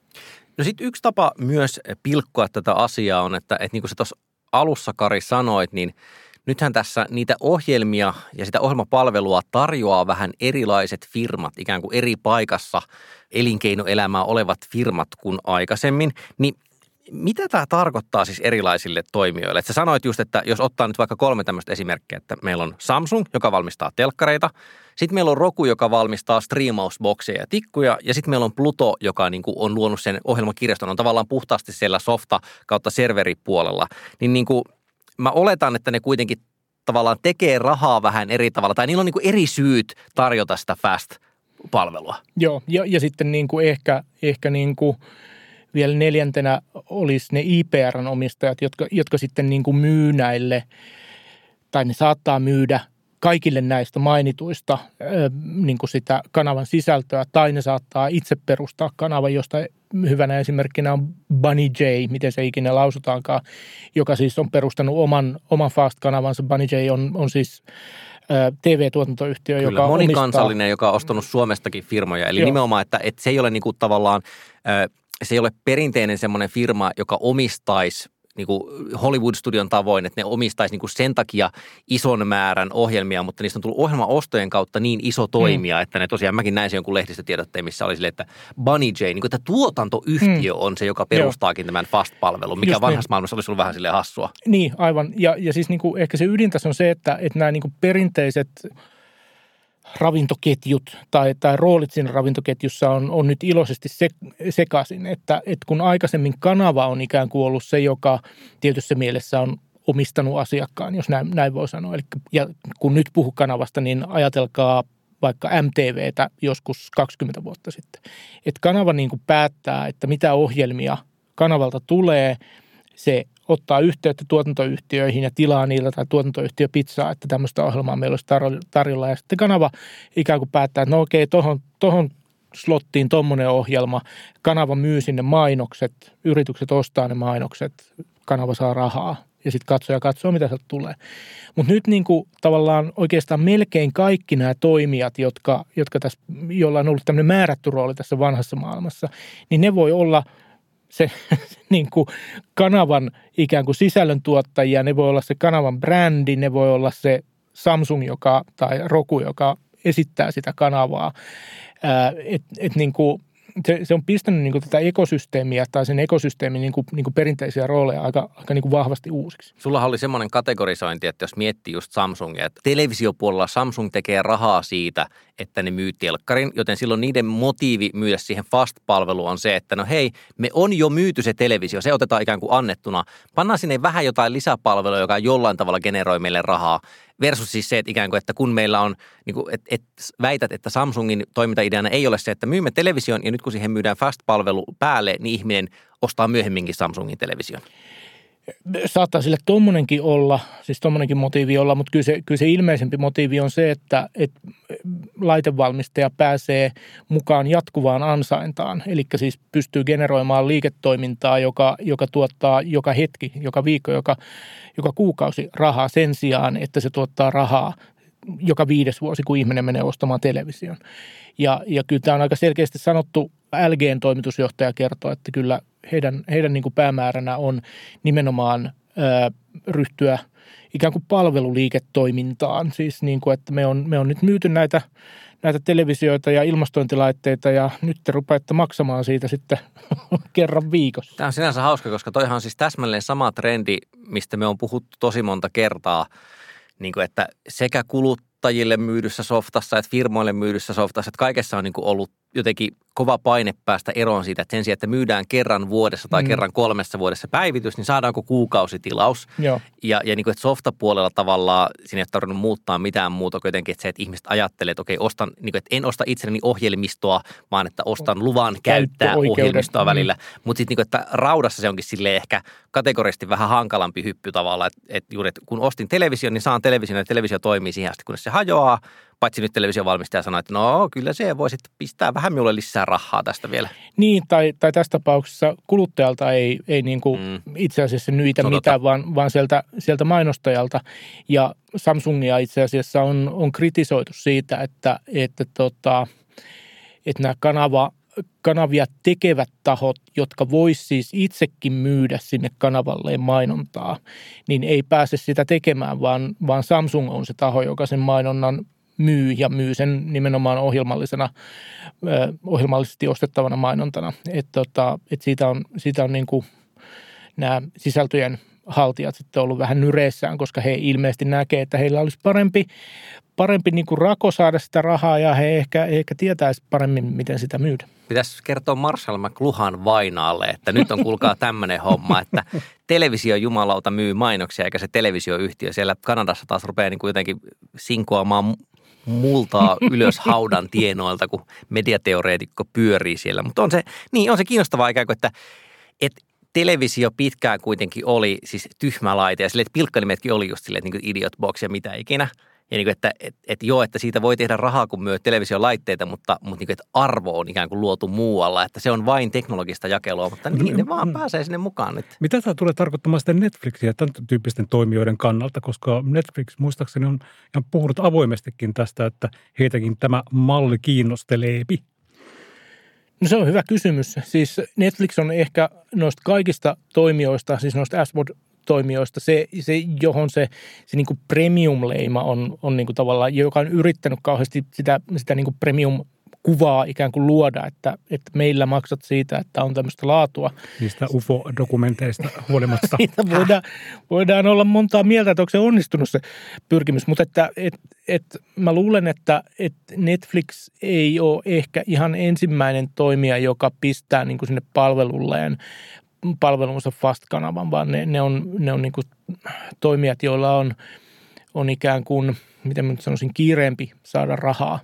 No sitten yksi tapa myös pilkkoa tätä asiaa on, että, että niin kuin sä tuossa alussa, Kari, sanoit, niin nythän tässä niitä ohjelmia ja sitä ohjelmapalvelua tarjoaa vähän erilaiset firmat, ikään kuin eri paikassa elinkeinoelämää olevat firmat kuin aikaisemmin. Niin mitä tämä tarkoittaa siis erilaisille toimijoille? Et sä sanoit just, että jos ottaa nyt vaikka kolme tämmöistä esimerkkiä, että meillä on Samsung, joka valmistaa telkkareita, sitten meillä on Roku, joka valmistaa striimausbokseja ja tikkuja, ja sitten meillä on Pluto, joka niin kuin on luonut sen ohjelmakirjaston, on tavallaan puhtaasti siellä softa kautta serveripuolella, niin, niin kuin mä oletan, että ne kuitenkin tavallaan tekee rahaa vähän eri tavalla, tai niillä on niin kuin eri syyt tarjota sitä Fast palvelua. Joo, ja, ja sitten niin kuin ehkä, ehkä niin kuin vielä neljäntenä olisi ne I P R-omistajat, jotka, jotka sitten niin kuin myy näille, tai ne saattaa myydä kaikille näistä mainituista niin kuin sitä kanavan sisältöä, tai ne saattaa itse perustaa kanavan, josta hyvänä esimerkkinä on Bunny J, miten se ikinä lausutaankaan, joka siis on perustanut oman, oman Fast-kanavansa. Bunny J on, on siis T V-tuotantoyhtiö, Kyllä, joka monikansallinen, omistaa, joka on ostanut Suomestakin firmoja. Eli Joo. nimenomaan, että, että se ei ole niin kuin tavallaan, se ei ole perinteinen semmoinen firma, joka omistaisi niin kuin Hollywood-studion tavoin, että ne omistaisi niin kuin sen takia ison määrän ohjelmia, mutta niistä on tullut ohjelmaostojen kautta niin iso toimija, mm. että ne tosiaan, mäkin näin sen jonkun lehdistötiedotteen, missä oli silleen, että Bunny J, niin kuin että tuotantoyhtiö mm. on se, joka perustaakin Joo. tämän Fast-palvelun, mikä Just vanhassa niin. maailmassa olisi ollut vähän silleen hassua. Niin, aivan. Ja, ja siis niin kuin ehkä se ydin tässä on se, että, että nämä niin kuin perinteiset ravintoketjut tai, tai roolit siinä ravintoketjussa on, on nyt iloisesti se, sekaisin, että, että kun aikaisemmin kanava on ikään kuin ollut se, joka tietyssä mielessä on omistanut asiakkaan, jos näin, näin voi sanoa. Eli, ja kun nyt puhu kanavasta, niin ajatelkaa vaikka M T V:tä joskus kaksikymmentä vuotta sitten. Että kanava niin kuin päättää, että mitä ohjelmia kanavalta tulee, se ottaa yhteyttä tuotantoyhtiöihin ja tilaa niiltä tai tuotantoyhtiö pizzaa, että tämmöistä ohjelmaa meillä olisi tarjolla. Ja sitten kanava ikään kuin päättää, että no okei, tohon, tohon slottiin tommoinen ohjelma, kanava myy sinne mainokset, yritykset ostaa ne mainokset, kanava saa rahaa ja sitten katsoo ja katsoo, mitä sieltä tulee. Mutta nyt niin kuin tavallaan oikeastaan melkein kaikki nämä toimijat, jotka, jotka tässä, joilla on ollut tämmöinen määrätty rooli tässä vanhassa maailmassa, niin ne voi olla se niin kuin kanavan ikään kuin sisällöntuottajia, ne voi olla se kanavan brändi, ne voi olla se Samsung joka, tai Roku, joka esittää sitä kanavaa. Että et niin kuin se, se on pistänyt niin kuin tätä ekosysteemiä tai sen ekosysteemin niin kuin, niin kuin perinteisiä rooleja aika, aika niin kuin vahvasti uusiksi. Sullahan oli semmoinen kategorisointi, että jos miettii just Samsungia, että televisiopuolella Samsung tekee rahaa siitä, että ne myy telkkarin, joten silloin niiden motiivi myydä siihen Fast-palveluun on se, että no hei, me on jo myyty se televisio, se otetaan ikään kuin annettuna. Pannaan sinne vähän jotain lisäpalvelua, joka jollain tavalla generoi meille rahaa. Versus siis se, että ikään kuin, että kun meillä on, niin kuin, että, että väität, että Samsungin toimintaideana ei ole se, että myymme television ja nyt kun siihen myydään Fast-palvelu päälle, niin ihminen ostaa myöhemminkin Samsungin television. Saattaa sille tommonenkin olla, siis tommonenkin motiivi olla, mutta kyllä se, kyllä se ilmeisempi motiivi on se, että, että laitevalmistaja pääsee mukaan jatkuvaan ansaintaan. Eli siis pystyy generoimaan liiketoimintaa, joka, joka tuottaa joka hetki, joka viikko, joka, joka kuukausi rahaa sen sijaan, että se tuottaa rahaa joka viides vuosi, kun ihminen menee ostamaan television. Ja, ja kyllä tämä on aika selkeästi sanottu, L G:n toimitusjohtaja kertoo, että kyllä heidän, heidän niin kuin päämääränä on nimenomaan ää, ryhtyä ikään kuin palveluliiketoimintaan. Siis niin kuin, että me on, me on nyt myyty näitä, näitä televisioita ja ilmastointilaitteita ja nyt te rupeatte maksamaan siitä sitten kerran viikossa. Tämä on sinänsä hauska, koska toihan on siis täsmälleen sama trendi, mistä me on puhuttu tosi monta kertaa, niin kuin että sekä kuluttajille myydyssä softassa että firmoille myydyssä softassa, että kaikessa on niin kuin ollut jotenkin kova paine päästä eroon siitä, että sen sijaan, että myydään kerran vuodessa tai mm. kerran kolmessa vuodessa päivitys, niin saadaanko kuukausitilaus. Joo. Ja, ja niin kuin, että softapuolella tavallaan siinä ei ole tarvinnut muuttaa mitään muuta kuin jotenkin, että se, että ihmiset ajattelee, että okei, ostan, niin kuin, että en osta itselleni ohjelmistoa, vaan että ostan luvan käyttää ohjelmistoa mm. välillä. Mutta sitten, niin että raudassa se onkin silleen ehkä kategorisesti vähän hankalampi hyppy tavallaan, että, että juuri, että kun ostin television, niin saan television ja televisio toimii siihen asti, kunnes se hajoaa. Paitsi nyt televisiovalmistaja sanoi, että no kyllä se voisit pistää vähän minulle lisää rahaa tästä vielä. Niin, tai, tai tässä tapauksessa kuluttajalta ei, ei niin kuin mm. itse asiassa nyitä no, mitään, vaan, vaan sieltä, sieltä mainostajalta. Ja Samsungia itse asiassa on, on kritisoitu siitä, että, että, tota, että nämä kanava, kanavia tekevät tahot, jotka vois siis itsekin myydä sinne kanavalleen mainontaa, niin ei pääse sitä tekemään, vaan, vaan Samsung on se taho, joka sen mainonnan myy ja myy sen nimenomaan ohjelmallisena, ö, ohjelmallisesti ostettavana mainontana. Että tota, et siitä on, siitä on niin kuin nämä sisältöjen haltijat sitten ollut vähän nyreissään, koska he ilmeisesti näkee, että heillä olisi parempi, parempi niin kuin rako saada sitä rahaa ja he ehkä, ehkä tietäisi paremmin, miten sitä myydä. Pitäisi kertoa Marshall McLuhan vainaalle, että nyt on kuulkaa tämmöinen homma, että televisio jumalauta myy mainoksia eikä se televisioyhtiö. Siellä Kanadassa taas rupeaa niin kuin jotenkin sinkoamaan multaa ylös haudan tienoilta, kun mediateoreetikko pyörii siellä. Mutta on se, niin on se kiinnostavaa ikään kuin, että, että televisio pitkään kuitenkin oli siis tyhmä laite ja silleen, että pilkkanimetkin oli just silleen, että niin idiot box ja mitä ikinä. Ja niin kuin, että et, et joo, että siitä voi tehdä rahaa, kun myö televisiolaitteita, mutta, mutta niin kuin, että arvo on ikään kuin luotu muualla. Että se on vain teknologista jakelua, mutta niin ne vaan pääsee sinne mukaan nyt. Mitä tämä tulee tarkoittamaan sitten Netflixiä tämän tyyppisten toimijoiden kannalta? Koska Netflix muistaakseni on ihan puhunut avoimestikin tästä, että heitäkin tämä malli kiinnosteleepi. No se on hyvä kysymys. Siis Netflix on ehkä noista kaikista toimijoista, siis noista S V O D-toimijoista, se, se johon se, se niin kuin premium-leima on, on niin kuin tavallaan, joka on yrittänyt kauheasti sitä, sitä niin kuin premium-kuvaa ikään kuin luoda, että, että meillä maksat siitä, että on tämmöistä laatua. Niistä U F O-dokumenteista huolimatta. Siitä voidaan, voidaan olla montaa mieltä, että onko se onnistunut se pyrkimys, mutta että et, et, mä luulen, että et Netflix ei ole ehkä ihan ensimmäinen toimija, joka pistää niin kuin sinne palvelulleen palvelunsa Fast-kanavan, vaan ne, ne on, ne on niin kuin toimijat, joilla on, on ikään kuin, miten mä nyt sanoisin, kiireempi saada rahaa.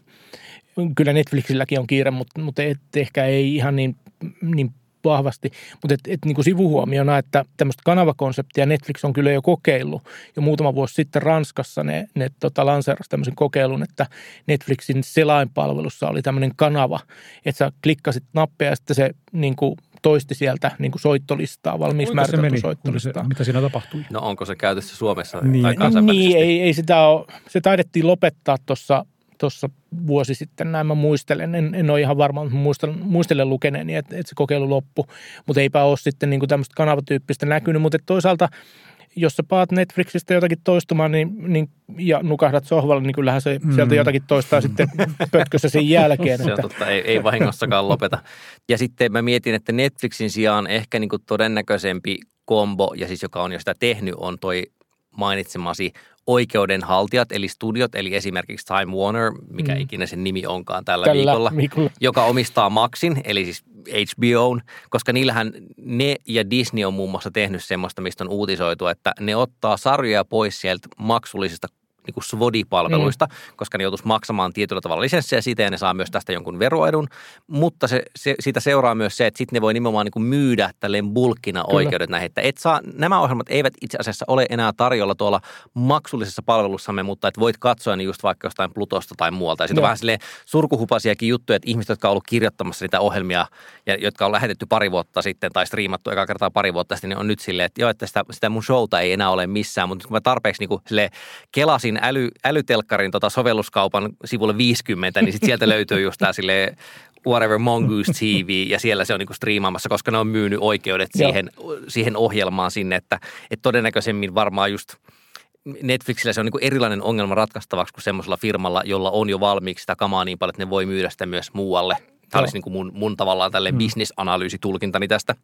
Kyllä Netflixilläkin on kiire, mutta, mutta et ehkä ei ihan niin, niin vahvasti. Mutta et, et niin kuin sivuhuomiona, että tämmöistä kanavakonseptia Netflix on kyllä jo kokeillut. Jo muutama vuosi sitten Ranskassa ne, ne tota, lanseerasi tämmöisen kokeilun, että Netflixin selainpalvelussa oli tämmöinen kanava, että sä klikkasit nappeja ja sitten se niin kuin toisti sieltä niin kuin soittolistaa, valmiiksi määritelty soittolistaa. Mitä siinä tapahtui? No onko se käytössä Suomessa niin. tai kansainvälisesti? Niin, ei, ei sitä ole. Se taidettiin lopettaa tuossa tuossa vuosi sitten, näin mä muistelen. En, en ole ihan varma, mutta muistelen, muistelen lukeneeni, että, että se kokeilu loppui. Mutta eipä ole sitten niin kuin tämmöistä kanavatyyppistä näkynyt. Mutta toisaalta, jos sä paat Netflixistä jotakin toistumaan niin, niin, ja nukahdat sohvalle, niin kyllähän se mm. sieltä jotakin toistaa sitten pötkössä sen jälkeen. Se on totta, ei, ei vahingossakaan lopeta. Ja sitten mä mietin, että Netflixin sijaan ehkä niin kuin todennäköisempi kombo, ja siis joka on jo sitä tehnyt, on toi mainitsemasi oikeudenhaltijat, eli studiot, eli esimerkiksi Time Warner, mikä mm. ikinä sen nimi onkaan tällä, tällä viikolla, viikolla, joka omistaa Maxin, eli siis H B O:n, koska niillähän ne ja Disney on muun muassa tehnyt semmoista, mistä on uutisoitu, että ne ottaa sarjoja pois sieltä maksullisista niin kuin S V O D-palveluista, mm. koska ne joutuisi maksamaan tietyllä tavalla lisenssiä siitä ja ne saa myös tästä jonkun veroedun, mutta se, se, siitä seuraa myös se, että sitten ne voi nimenomaan niin kuin myydä tälleen bulkkina Kyllä. oikeudet näihin, että et saa, nämä ohjelmat eivät itse asiassa ole enää tarjolla tuolla maksullisessa palvelussamme, mutta et voit katsoa ne just vaikka jostain Plutosta tai muualta. Ja sitten on vähän silleen surkuhupasiakin juttuja, että ihmiset, jotka on ollut kirjoittamassa niitä ohjelmia ja jotka on lähetetty pari vuotta sitten tai striimattu eka kertaa pari vuotta sitten, niin on nyt silleen, että joo, että sitä, sitä mun showta ei enää ole missään, mutta kun mä tarpeeksi niin kuin silleen kelasin Äly, älytelkkarin tota sovelluskaupan sivulle viisikymmentä, niin sitten sieltä löytyy just tämä silleen whatever Mongoose T V, ja siellä se on niinku striimaamassa, koska ne on myynyt oikeudet siihen, siihen ohjelmaan sinne, että, että todennäköisemmin varmaan just Netflixillä se on niinku erilainen ongelma ratkaistavaksi kuin semmoisella firmalla, jolla on jo valmiiksi sitä kamaa niin paljon, että ne voi myydä sitä myös muualle. Tämä Joo. olisi niinku mun, mun tavallaan tälleen mm. business-analyysitulkintani tästä.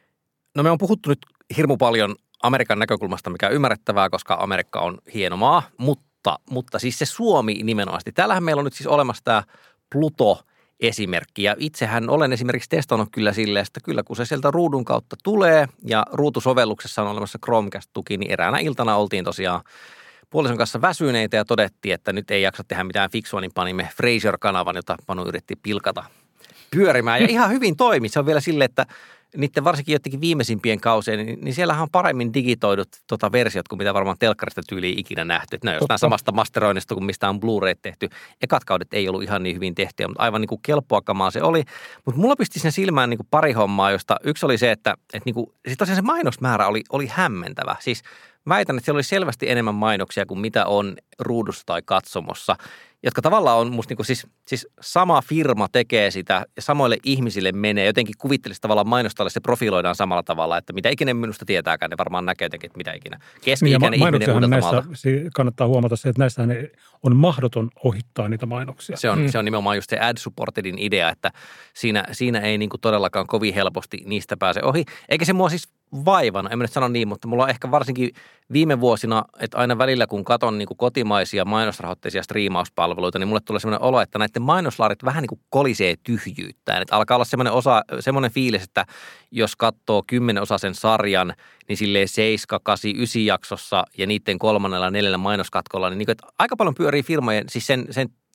No me on puhuttu nyt hirmu paljon Amerikan näkökulmasta, mikä on ymmärrettävää, koska Amerikka on hieno maa, mutta, mutta siis se Suomi nimenomaan. Täällähän meillä on nyt siis olemassa tämä Pluto-esimerkki, ja itsehän olen esimerkiksi testannut kyllä silleen, että kyllä kun se sieltä ruudun kautta tulee, ja ruutusovelluksessa on olemassa Chromecast-tuki, niin eräänä iltana oltiin tosiaan puolison kanssa väsyneitä ja todettiin, että nyt ei jaksa tehdä mitään fiksua, niin panimme Frasier-kanavan, jota Panu yritti pilkata pyörimään, ja ihan hyvin toimi. Se on vielä silleen, että niiden varsinkin jotenkin viimeisimpien kausien, niin, niin siellähän on paremmin digitoidut tota, versiot kuin mitä varmaan telkkarista tyyliin ikinä nähty. Että ne on jostain samasta masteroinnista kuin mistä on Blu-ray tehty. Ekat kaudet ei ollut ihan niin hyvin tehtyä, mutta aivan niin kuin kelpoa kamaa se oli. Mutta mulla pisti sen silmään niin kuin pari hommaa, josta yksi oli se, että, että niin kuin, siis tosiaan se mainosmäärä oli, oli hämmentävä. Siis väitän, että siellä oli selvästi enemmän mainoksia kuin mitä on ruudussa tai katsomossa, jotka tavallaan on musta niinku siis, siis sama firma tekee sitä ja samoille ihmisille menee. Jotenkin kuvittelisi tavallaan mainostalle se profiloidaan samalla tavalla, että mitä ikinä minusta tietääkään, ne varmaan näkee jotenkin, että mitä ikinä. Keski-ikäinen niin, ihminen uudelta maalta. Kannattaa huomata se, että näissähän on mahdoton ohittaa niitä mainoksia. Se on, mm. se on nimenomaan just se ad-supportedin idea, että siinä, siinä ei niinku todellakaan kovin helposti niistä pääse ohi. Eikä se mua siis vaivana, en mä nyt sano niin, mutta mulla on ehkä varsinkin viime vuosina, että aina välillä kun katon niin kuin kotimaisia mainosrahoitteisia striimauspalveluita, niin mulle tulee sellainen olo, että näiden mainoslaarit vähän niin kuin kolisee tyhjyyttään. Että alkaa olla sellainen, osa, sellainen fiilis, että jos katsoo kymmenen osaisen sarjan, niin silleen seitsemän, kahdeksan, yhdeksän jaksossa ja niiden kolmannella neljällä mainoskatkolla, niin, niin kuin, että aika paljon pyörii firmojen, siis sen, sen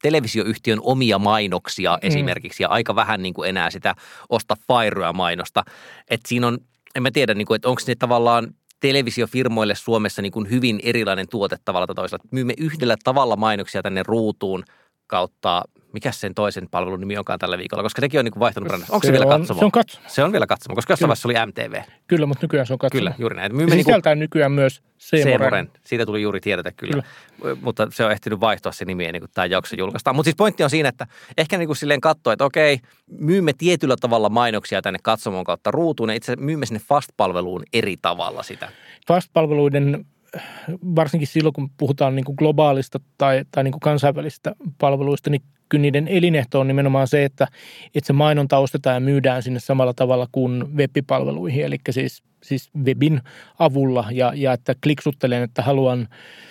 televisioyhtiön omia mainoksia mm. esimerkiksi ja aika vähän niin kuin enää sitä osta Fairyä mainosta. Että siinä on, en mä tiedä, niin kuin, että onko ne tavallaan televisiofirmoille Suomessa niin kuin hyvin erilainen tuote tavalla tai toisella. Myymme yhdellä tavalla mainoksia tänne ruutuun kautta, mikä sen toisen palvelun nimi onkaan tällä viikolla, koska sekin on niin kuin vaihtunut brändässä. Onko se, se vielä katsomo? Se on katsomo. Se on vielä katsomo, koska jossain vaiheessa oli M T V. Kyllä, mutta nykyään se on katsomo. Kyllä, juuri näin. Se sisältää niin nykyään myös Seemoren. Siitä tuli juuri tiedetä kyllä. kyllä. Mutta se on ehtinyt vaihtua se nimi ennen kuin tämä jakso julkaistaan. Mutta siis pointti on siinä, että ehkä niin kuin silleen katsoa, että okei, myymme tietyllä tavalla mainoksia tänne katsomon kautta ruutuun ja itse asiassa myymme sinne Fast-palveluun eri tavalla sitä. Fast-palveluiden, varsinkin silloin kun puhutaan niin kuin globaalista tai, tai niin kuin kansainvälistä palveluista, niin kyllä niiden elinehto on nimenomaan se, että, että se mainonta ostetaan ja myydään sinne samalla tavalla kuin web-palveluihin, eli siis, siis webin avulla ja, ja että kliksuttelen, että haluan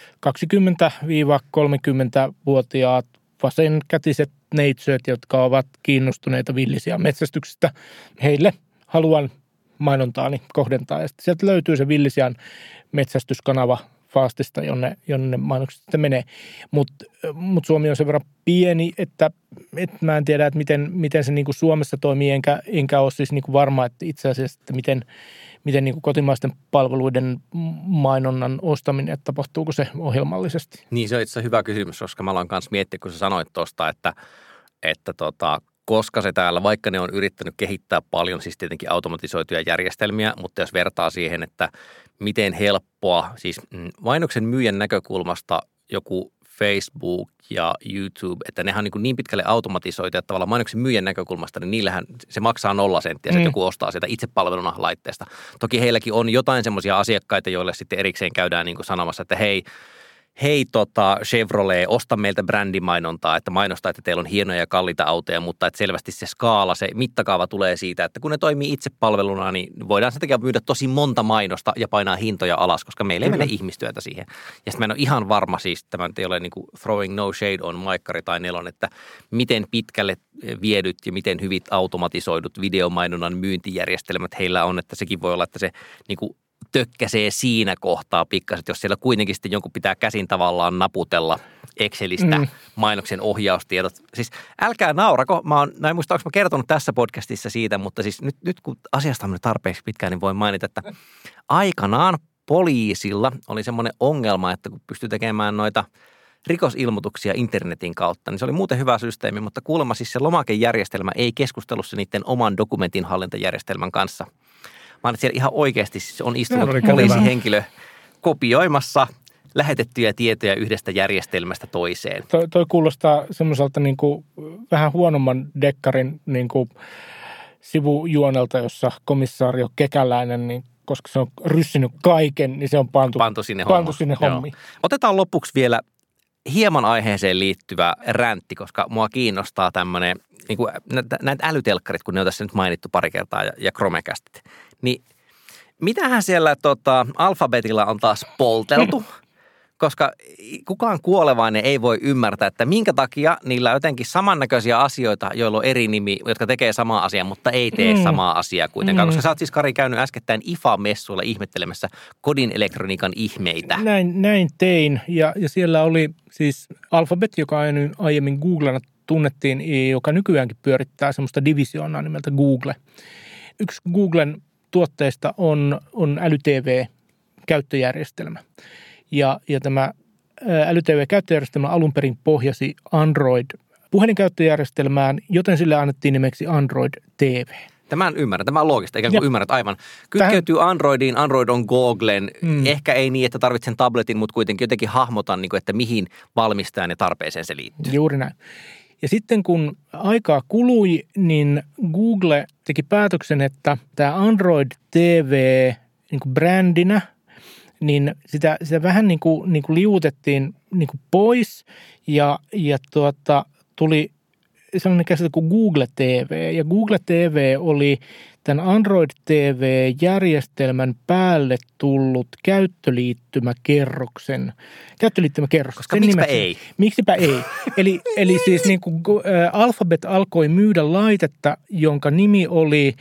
kaksikymmentä–kolmekymmentävuotiaat vasenkätiset neitsöt, jotka ovat kiinnostuneita villisian metsästyksestä. Heille haluan mainontaani kohdentaa ja sitten sieltä löytyy se villisian metsästyskanava Fastista, jonne, jonne mainokset sitten menee. Mutta mut Suomi on sen verran pieni, että, että mä en tiedä, että miten, miten se niin kuin Suomessa toimii, enkä, enkä ole siis niin kuin varma, että itse asiassa, että miten, miten niin kuin kotimaisten palveluiden mainonnan ostaminen, että tapahtuuko se ohjelmallisesti. Niin, se on itse asiassa hyvä kysymys, koska mä aloin kanssa miettiä, kun sä sanoit tuosta, että, että tota, koska se täällä, vaikka ne on yrittänyt kehittää paljon, siis tietenkin automatisoituja järjestelmiä, mutta jos vertaa siihen, että miten helppoa, siis mainoksen myyjän näkökulmasta joku Facebook ja YouTube, että nehän on niin, niin pitkälle automatisoitu, että tavallaan mainoksen myyjän näkökulmasta, niin niillähän se maksaa nolla senttiä, mm. että joku ostaa sieltä itsepalveluna laitteesta. Toki heilläkin on jotain semmoisia asiakkaita, joille sitten erikseen käydään niin kuin sanomassa, että hei, hei tota Chevrolet, osta meiltä brändimainontaa, että mainostaa, että teillä on hienoja ja kalliita autoja, mutta että selvästi se skaala, se mittakaava tulee siitä, että kun ne toimii itsepalveluna, niin voidaan sen takia myydä tosi monta mainosta ja painaa hintoja alas, koska meillä ei mene ihmistyötä siihen. Ja sitten mä en ole ihan varma siis, tämä ei ole niin kuin throwing no shade on Maikkari tai Nelon, että miten pitkälle viedyt ja miten hyvin automatisoidut videomainonnan myyntijärjestelmät heillä on, että sekin voi olla, että se niin kuin tökkäsee siinä kohtaa pikkasen, jos siellä kuitenkin sitten jonkun pitää käsin tavallaan naputella Excelistä mm. mainoksen ohjaustiedot. Siis älkää naurako, mä oon, mä en muista, onko mä kertonut tässä podcastissa siitä, mutta siis nyt, nyt kun asiasta on nyt tarpeeksi pitkään, niin voin mainita, että aikanaan poliisilla oli semmoinen ongelma, että kun pystyi tekemään noita rikosilmoituksia internetin kautta, niin se oli muuten hyvä systeemi, mutta kuulemma siis se lomakejärjestelmä ei keskustellut se niiden oman dokumentinhallintajärjestelmän kanssa. Mä olen siellä ihan oikeasti siis on istunut poliisihenkilö kopioimassa lähetettyjä tietoja yhdestä järjestelmästä toiseen. Toi, toi kuulostaa semmoiselta niin kuin vähän huonomman dekkarin niin kuin sivujuonelta, jossa komissaario Kekäläinen, niin koska se on ryssinyt kaiken, niin se on pantu, pantu sinne, pantu sinne hommiin. Otetaan lopuksi vielä hieman aiheeseen liittyvä räntti, koska mua kiinnostaa tämmöinen, niin kuin näitä älytelkkarit, kun ne on tässä nyt mainittu pari kertaa ja, ja Chromecastit, niin mitähän siellä tota, Alphabetilla on taas polteltu? Koska kukaan kuolevainen ei voi ymmärtää, että minkä takia niillä on jotenkin samannäköisiä asioita, joilla on eri nimi, jotka tekee samaa asiaa, mutta ei tee mm. samaa asiaa kuitenkaan. Mm. Koska sä oot siis, Kari, käynyt äskettäin I F A-messuilla ihmettelemässä kodin elektroniikan ihmeitä. Näin, näin tein. Ja, ja siellä oli siis Alphabet, joka aiemmin Googlena tunnettiin, joka nykyäänkin pyörittää semmoista divisioonaa nimeltä Google. Yksi Googlen tuotteista on, on äly-T V-käyttöjärjestelmä. Ja, ja tämä äly-T V-käyttöjärjestelmä alun perin pohjasi Android-puhelinkäyttöjärjestelmään, joten sille annettiin nimeksi Android T V. Tämä on ymmärrän. Tämä on loogista, ikään kuin ymmärrät aivan. Kytkeytyy Androidiin, Android on Googlen. Mm. Ehkä ei niin, että tarvitsen tabletin, mutta kuitenkin jotenkin hahmotan, että mihin valmistajan ja tarpeeseen se liittyy. Juuri näin. Ja sitten kun aikaa kului, niin Google teki päätöksen, että tämä Android T V niin kuin brändinä, niin sitä, sitä vähän niin kuin, niin kuin liuutettiin niin kuin pois ja, ja tuota, tuli sellainen käsite kuin Google T V. Ja Google T V oli tämän Android T V-järjestelmän päälle tullut käyttöliittymäkerroksen. Käyttöliittymäkerros. Koska miksipä nimeksi, ei? Miksipä ei. Eli, eli siis niin kuin Alphabet alkoi myydä laitetta, jonka nimi oli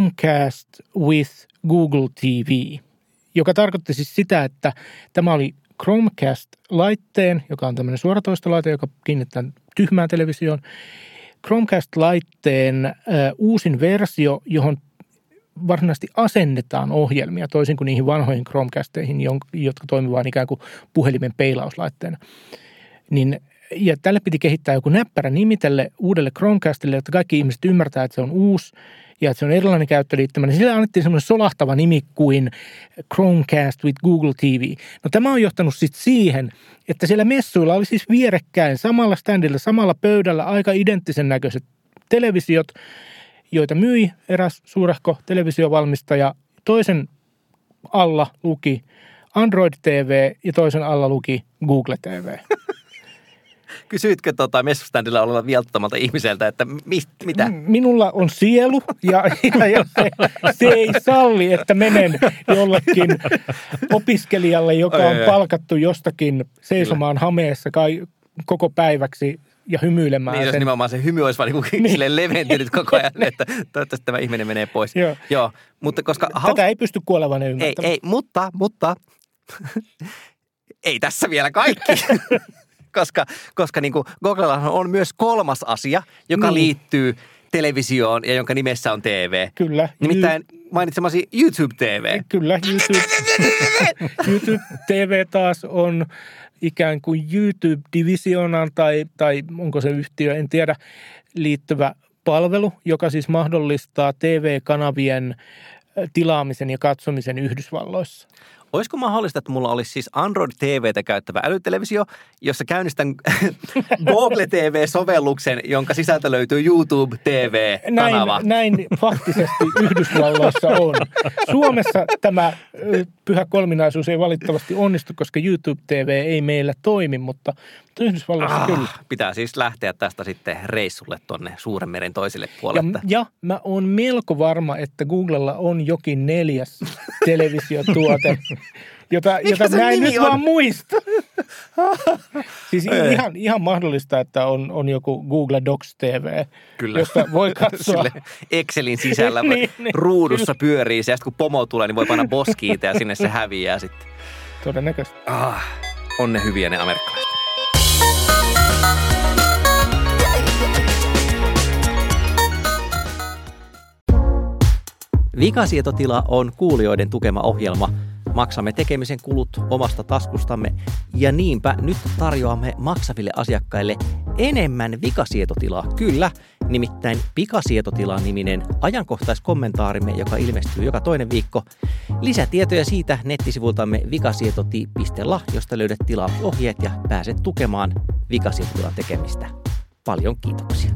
Chromecast with Google T V, joka tarkoitti siis sitä, että tämä oli Chromecast-laitteen, joka on tämmöinen suoratoistolaite, joka kiinnittää tyhmään televisioon. Chromecast-laitteen äh, uusin versio, johon varsinaisesti asennetaan ohjelmia, toisin kuin niihin vanhoihin Chromecasteihin, jotka toimivat ikään kuin puhelimen peilauslaitteena. Niin, ja tälle piti kehittää joku näppärä nimi tälle uudelle Chromecastille, jotta kaikki ihmiset ymmärtää, että se on uusi ja että se on erilainen käyttöliittymä. Niin sille annettiin semmoinen solahtava nimi kuin Chromecast with Google T V. No tämä on johtanut sitten siihen, että siellä messuilla oli siis vierekkäin samalla standilla, samalla pöydällä aika identtisen näköiset televisiot, joita myi eräs suurehko televisiovalmistaja. Toisen alla luki Android T V ja toisen alla luki Google T V. Kysyitkö tota messuständillä olevan vialttomalta ihmiseltä, että mist, mitä? Minulla on sielu ja, ja, ja se, se ei salli, että menen jollekin opiskelijalle, joka on palkattu jostakin seisomaan hameessa kai, koko päiväksi ja hymyilemään. Niin, jos nimenomaan se hymy olisi vaan niin niin. leventynyt koko ajan, että toivottavasti tämä ihminen menee pois. Joo. Joo, mutta koska... Tätä haus... ei pysty kuolevainen ymmärtämään. Ei, ei, mutta, mutta ei tässä vielä kaikki. koska koska niin kuin Googlellahan on myös kolmas asia, joka niin. liittyy televisioon ja jonka nimessä on T V. Kyllä. Nimittäin mainitsemasi YouTube T V. Kyllä, YouTube, YouTube T V taas on ikään kuin YouTube-divisioonaan tai, tai onko se yhtiö, en tiedä, liittyvä palvelu, joka siis mahdollistaa T V-kanavien tilaamisen ja katsomisen Yhdysvalloissa. Olisiko mahdollista, että mulla olisi siis Android T V:tä käyttävä älytelevisio, jossa käynnistän Google T V-sovelluksen, jonka sisältö löytyy YouTube T V-kanava? Näin, näin faktisesti Yhdysvalloissa on. Suomessa tämä pyhä kolminaisuus ei valitettavasti onnistu, koska YouTube T V ei meillä toimi, mutta, mutta Yhdysvalloissa ah, kyllä. Pitää siis lähteä tästä sitten reissulle tuonne Suuren meren toiselle puolelle. Ja, ja mä oon melko varma, että Googlella on jokin neljäs televisiotuote, jota, jota mä en nyt on? vaan muista. Siis ihan, ihan mahdollista, että on, on joku Google Docs T V, kyllä. josta voi katsoa. Sille Excelin sisällä niin, niin, ruudussa kyllä. pyörii se, ja sitten kun pomo tulee, niin voi panna boskiita ja sinne se häviää sitten. Todennäköisesti. Ah, on ne hyviä ne amerikkalaiset. Vikasietotila on kuulijoiden tukema ohjelma. Maksamme tekemisen kulut omasta taskustamme ja niinpä nyt tarjoamme maksaville asiakkaille enemmän vikasietotilaa. Kyllä, nimittäin Pikasietotila-niminen ajankohtaiskommentaarimme, joka ilmestyy joka toinen viikko. Lisätietoja siitä nettisivultamme vikasietoti piste la, josta löydät tilausohjeet ja pääset tukemaan vikasietotilan tekemistä. Paljon kiitoksia.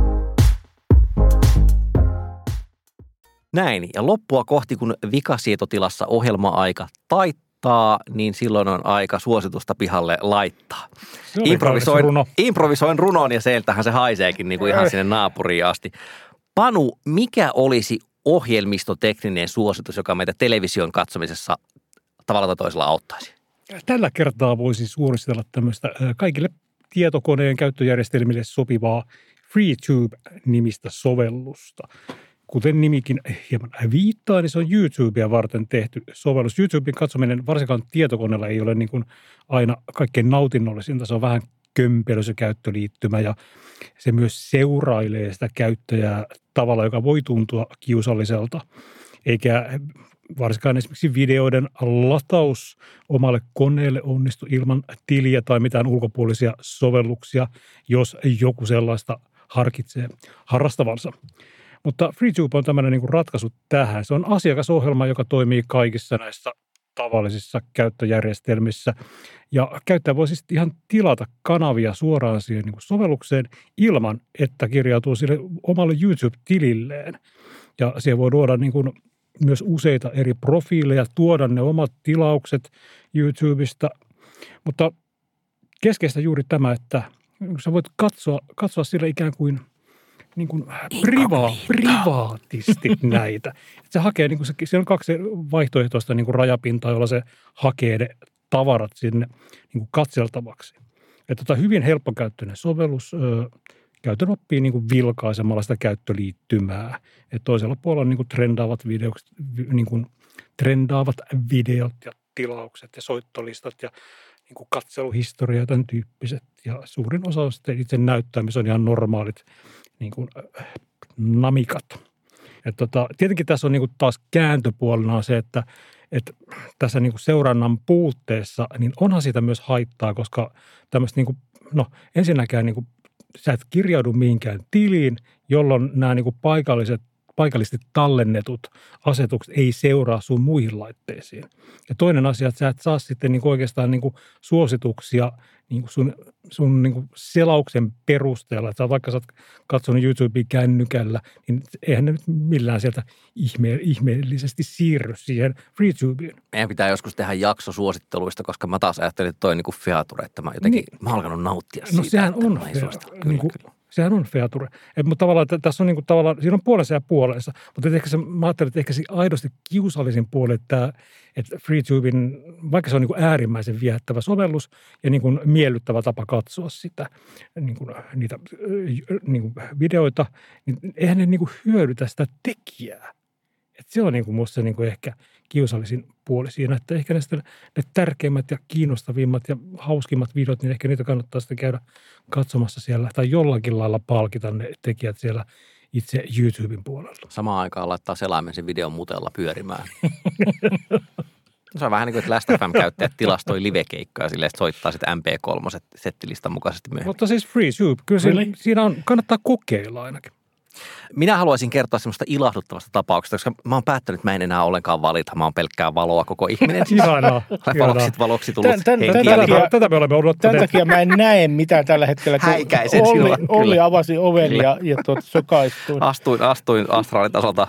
Näin, ja loppua kohti, kun vikasietotilassa ohjelma-aika taittaa, niin silloin on aika suositusta pihalle laittaa. Improvisoin, runo. improvisoin runon ja sieltähän se haiseekin niin kuin ihan sinne naapuriin asti. Panu, mikä olisi ohjelmistotekninen suositus, joka meitä television katsomisessa tavalla tai toisella auttaisi? Tällä kertaa voisi suositella tämmöistä kaikille tietokoneen käyttöjärjestelmille sopivaa FreeTube-nimistä sovellusta. Kuten nimikin hieman viittaa, niin se on YouTubea varten tehty sovellus. YouTuben katsominen varsinkaan tietokoneella ei ole niin kuin aina kaikkein nautinnollisinta. Se on vähän kömpelö se käyttöliittymä ja se myös seurailee sitä käyttäjää tavalla, joka voi tuntua kiusalliselta. Eikä varsinkaan esimerkiksi videoiden lataus omalle koneelle onnistu ilman tiliä tai mitään ulkopuolisia sovelluksia, jos joku sellaista harkitsee harrastavansa. Mutta FreeTube on tämmöinen niin kuin ratkaisu tähän. Se on asiakasohjelma, joka toimii kaikissa näissä tavallisissa käyttöjärjestelmissä. Ja käyttäjä voi siis ihan tilata kanavia suoraan siihen niin kuin sovellukseen ilman, että kirjautuu sille omalle YouTube-tililleen. Ja siihen voi luoda niin kuin myös useita eri profiileja, tuoda ne omat tilaukset YouTubesta. Mutta keskeistä juuri tämä, että sä voit katsoa, katsoa sille ikään kuin niin kuin priva, privaatisti näitä. Se hakee, niin kuin se, siellä on kaksi vaihtoehtoista niin kuin rajapintaa, jolla se hakee ne tavarat sinne niin kuin katseltavaksi. Että tota, hyvin helppokäyttöinen sovellus. Ö, käytön oppii niin kuin vilkaisemalla sitä käyttöliittymää. Et toisella puolella on niin kuin trendaavat, videokset, niin kuin trendaavat videot ja tilaukset ja soittolistat ja niin kuin katseluhistoria ja tämän tyyppiset. Ja suurin osa on sitten itse näyttää, missä on ihan normaalit niin kuin, äh, namikat. Et tota, tietenkin tässä on niin kuin taas kääntöpuolena se, että, että tässä niin kuin seurannan puutteessa, niin onhan siitä myös haittaa, koska tämmöistä niin kuin, no ensinnäkään niin kuin, sä et kirjaudu mihinkään tiliin, jolloin nämä niin kuin paikalliset, paikallisesti tallennetut asetukset ei seuraa sun muihin laitteisiin. Ja toinen asia, että sä et saa sitten niin kuin oikeastaan niin kuin suosituksia niin kuin sun, sun niin kuin selauksen perusteella. Että sä vaikka sä oot katsonut YouTubea kännykällä, niin eihän ne nyt millään sieltä ihme, ihmeellisesti siirry siihen FreeTubeen. Meidän pitää joskus tehdä jakso suositteluista, koska mä taas ajattelin, että toi on niin kuin feature, että mä jotenkin, niin, mä oon alkanut nauttia siitä. No sehän on, niin kuin, sehän on feature. Et, mutta tavallaan että tässä on niin kuin, tavallaan, siinä on puolensa ja puolensa, mutta ehkä se, mä ajattelin, että ehkä se aidosti kiusallisin puoli, että, että FreeTuben, vaikka se on niin kuin äärimmäisen viehättävä sovellus ja niin kuin miellyttävä tapa katsoa sitä, niin kuin, niitä niin kuin videoita, niin eihän ne niin kuin hyödytä sitä tekijää. Et se on niin kuin musta se niin kuin ehkä kiusallisin puoli siinä, että ehkä ne, ne tärkeimmät ja kiinnostavimmat ja hauskimmat videot, niin ehkä niitä kannattaa sitten käydä katsomassa siellä tai jollakin lailla palkita ne tekijät siellä itse YouTuben puolella. Samaan aikaan laittaa selaimen sen videon mutella pyörimään. Se on vähän niin kuin, että Last F M-käyttäjät tilastoi livekeikkoja silleen, että soittaa sitten M P kolme settilistan mukaisesti myöhemmin. Mutta siis FreeTube, kyllä really? siinä, siinä on, kannattaa kokeilla ainakin. Minä haluaisin kertoa semmoista ilahduttavasta tapauksesta, koska mä oon päättänyt, että mä en enää ollenkaan valita. Mä oon pelkkää valoa koko ihminen. Ihanaa. Valoksit valoksi tullut henkiä. Tätä me olemme odottaneet. Tämän takia mä en näe mitään tällä hetkellä. Häikäisen Olli, silloin. Olli avasi oven ja, ja tuot, sokaistuin. Astuin, astuin astraalitasolta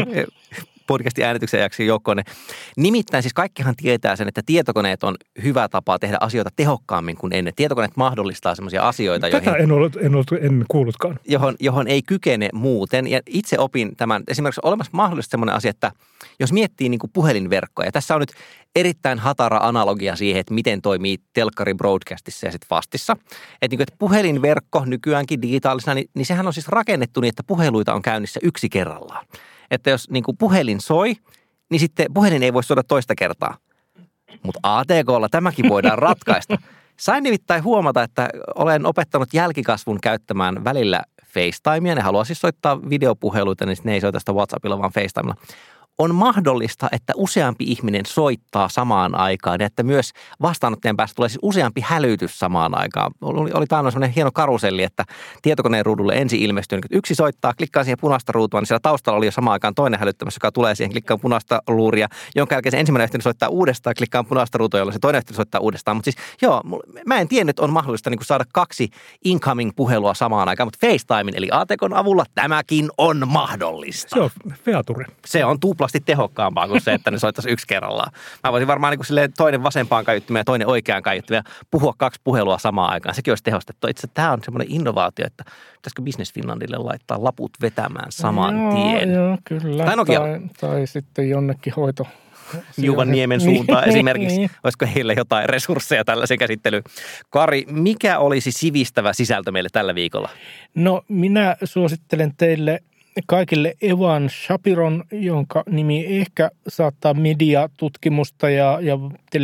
podcastin äänityksen ajaksi joukkoon. Nimittäin siis kaikkihan tietää sen, että tietokoneet on hyvä tapa tehdä asioita tehokkaammin kuin ennen. Tietokoneet mahdollistaa semmoisia asioita, joihin, tätä en ollut, en ollut en kuullutkaan. Johon, johon ei kykene muuten. Ja itse opin tämän, esimerkiksi olemassa mahdollisesti semmoinen asia, että jos miettii niin kuin puhelinverkkoja, ja tässä on nyt erittäin hatara analogia siihen, että miten toimii telkkari broadcastissa ja sitten fastissa. Että, niin kuin, että puhelinverkko nykyäänkin digitaalisena, niin, niin sehän on siis rakennettu niin, että puheluita on käynnissä yksi kerrallaan. Että jos niin kuin puhelin soi, niin sitten puhelin ei voi soida toista kertaa. Mutta A T K:lla tämäkin voidaan ratkaista. Sain nimittäin huomata, että olen opettanut jälkikasvun käyttämään välillä FaceTimea. Ne haluaa siis soittaa videopuheluita, niin ne ei soita sitä WhatsAppilla, vaan FaceTimella. On mahdollista, että useampi ihminen soittaa samaan aikaan ja että myös vastaanottajan päästä tulee siis useampi hälytys samaan aikaan. Oli, oli taannoin sellainen hieno karuselli, että tietokoneen ruudulle ensin ilmestyy, että yksi soittaa, klikkaa siihen punaista ruutua, niin siellä taustalla oli jo samaan aikaan toinen hälyttämässä, joka tulee siihen, klikkaa punaista luuria, jonka jälkeen se ensimmäinen yhtiö soittaa uudestaan, klikkaa punaista ruutua, jolloin se toinen yhtiö soittaa uudestaan. Mutta siis joo, mä en tiennyt, että on mahdollista niin kuin saada kaksi incoming-puhelua samaan aikaan, mutta FaceTimen eli A T K:n avulla tämäkin on mahdollista. Se on feature. Se on tuplasti tehokkaampaa kuin se, että ne soittaisi yksi kerrallaan. Mä voisin varmaan niin kuin silleen toinen vasempaan kaiuttimeen ja toinen oikeaan kaiuttimeen puhua kaksi puhelua samaan aikaan. Sekin olisi tehostettu. Itse tämä on semmoinen innovaatio, että pitäisikö Business Finlandille laittaa laput vetämään saman joo, tien. Joo, kyllä. Tai Nokia. Tai, tai sitten jonnekin hoito. Juvaniemen suuntaan niin, esimerkiksi. Niin. Olisiko heille jotain resursseja tällaisen käsittelyyn? Kari, mikä olisi sivistävä sisältö meille tällä viikolla? No minä suosittelen teille kaikille Evan Shapiron, jonka nimi ehkä saattaa mediatutkimusta ja, ja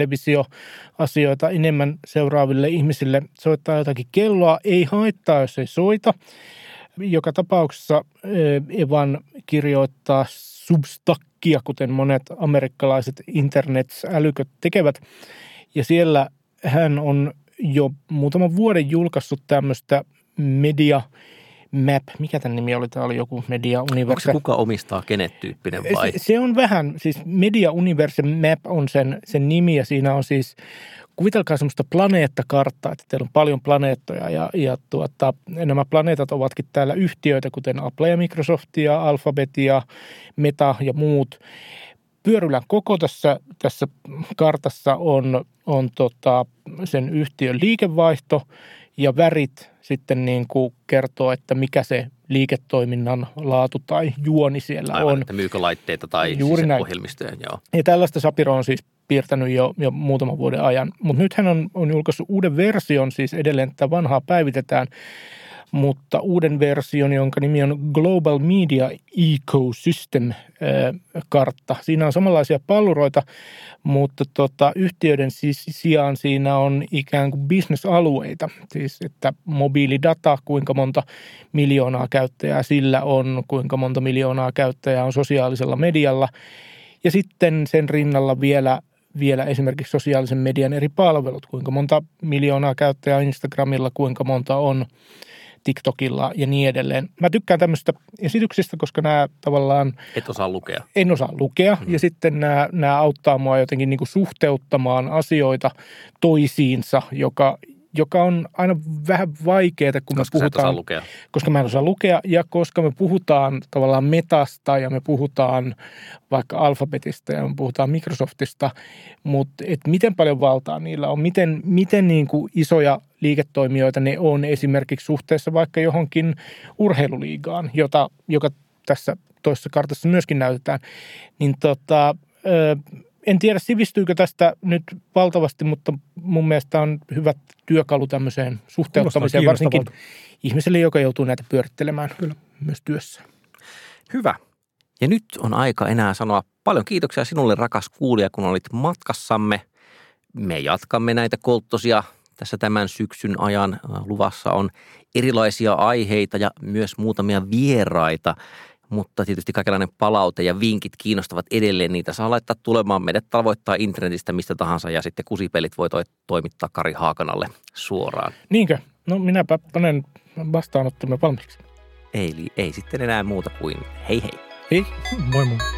televisioasioita enemmän seuraaville ihmisille soittaa jotakin kelloa. Ei haittaa, jos ei soita. Joka tapauksessa Evan kirjoittaa Substackia, kuten monet amerikkalaiset internet-älyköt tekevät. Ja siellä hän on jo muutaman vuoden julkaissut tämmöistä media Map, mikä tämän nimi oli? Tämä oli joku Media Universe. Onko se kuka omistaa kenet tyyppinen vai? Se, se on vähän, siis Media Universe Map on sen, sen nimi ja siinä on siis, kuvitelkaa semmoista planeettakarttaa, että teillä on paljon planeettoja ja, ja tuota, nämä planeetat ovatkin täällä yhtiöitä, kuten Apple ja Microsoft ja Alphabet ja Meta ja muut. Pyörylän koko tässä, tässä kartassa on, on tota, sen yhtiön liikevaihto ja värit sitten niin kuin kertoo, että mikä se liiketoiminnan laatu tai juoni siellä aivan, on. Että myykö laitteita tai juuri siis ohjelmistoja, joo. Ja tällaista Shapiro on siis piirtänyt jo, jo muutaman vuoden ajan. Mutta nyt hän on, on julkaissut uuden version, siis edelleen tätä vanhaa päivitetään. mutta uuden version, jonka nimi on Global Media Ecosystem-kartta. Siinä on samanlaisia palluroita, mutta tota, yhtiöiden siis sijaan siinä on ikään kuin bisnesalueita. Siis että mobiilidata, kuinka monta miljoonaa käyttäjää sillä on, kuinka monta miljoonaa käyttäjää on sosiaalisella medialla. Ja sitten sen rinnalla vielä, vielä esimerkiksi sosiaalisen median eri palvelut, kuinka monta miljoonaa käyttäjää Instagramilla, kuinka monta on TikTokilla ja niin edelleen. Mä tykkään tämmöistä esityksistä, koska nämä tavallaan... Et osaa lukea. En osaa lukea mm. ja sitten nämä, nämä auttaa mua jotenkin niin kuin suhteuttamaan asioita toisiinsa, joka... joka on aina vähän vaikeaa, kun koska me puhutaan, lukea. koska mä en osaa lukea ja koska me puhutaan tavallaan Metasta ja me puhutaan vaikka Alphabetista ja me puhutaan Microsoftista, mutta et miten paljon valtaa niillä on, miten, miten niin kuin isoja liiketoimijoita ne on esimerkiksi suhteessa vaikka johonkin urheiluliigaan, jota, joka tässä toisessa kartassa myöskin näytetään, niin tota... Ö, En tiedä, sivistyykö tästä nyt valtavasti, mutta mun mielestä on hyvä työkalu tämmöiseen suhteuttamiseen, varsinkin ihmiselle, joka joutuu näitä pyörittelemään Kyllä. myös työssä. Hyvä. Ja nyt on aika enää sanoa paljon kiitoksia sinulle, rakas kuulija, kun olit matkassamme. Me jatkamme näitä kolttosia tässä tämän syksyn ajan. Luvassa on erilaisia aiheita ja myös muutamia vieraita. Mutta tietysti kaikenlainen palaute ja vinkit kiinnostavat edelleen. Niitä saa laittaa tulemaan. Meidät tavoittaa internetistä mistä tahansa ja sitten Kusipelit voi toimittaa Kari Haakanalle suoraan. Niinkö? No minäpä panen vastaanottimme valmiiksi. Eli ei sitten enää muuta kuin hei hei. Hei. Moi moi.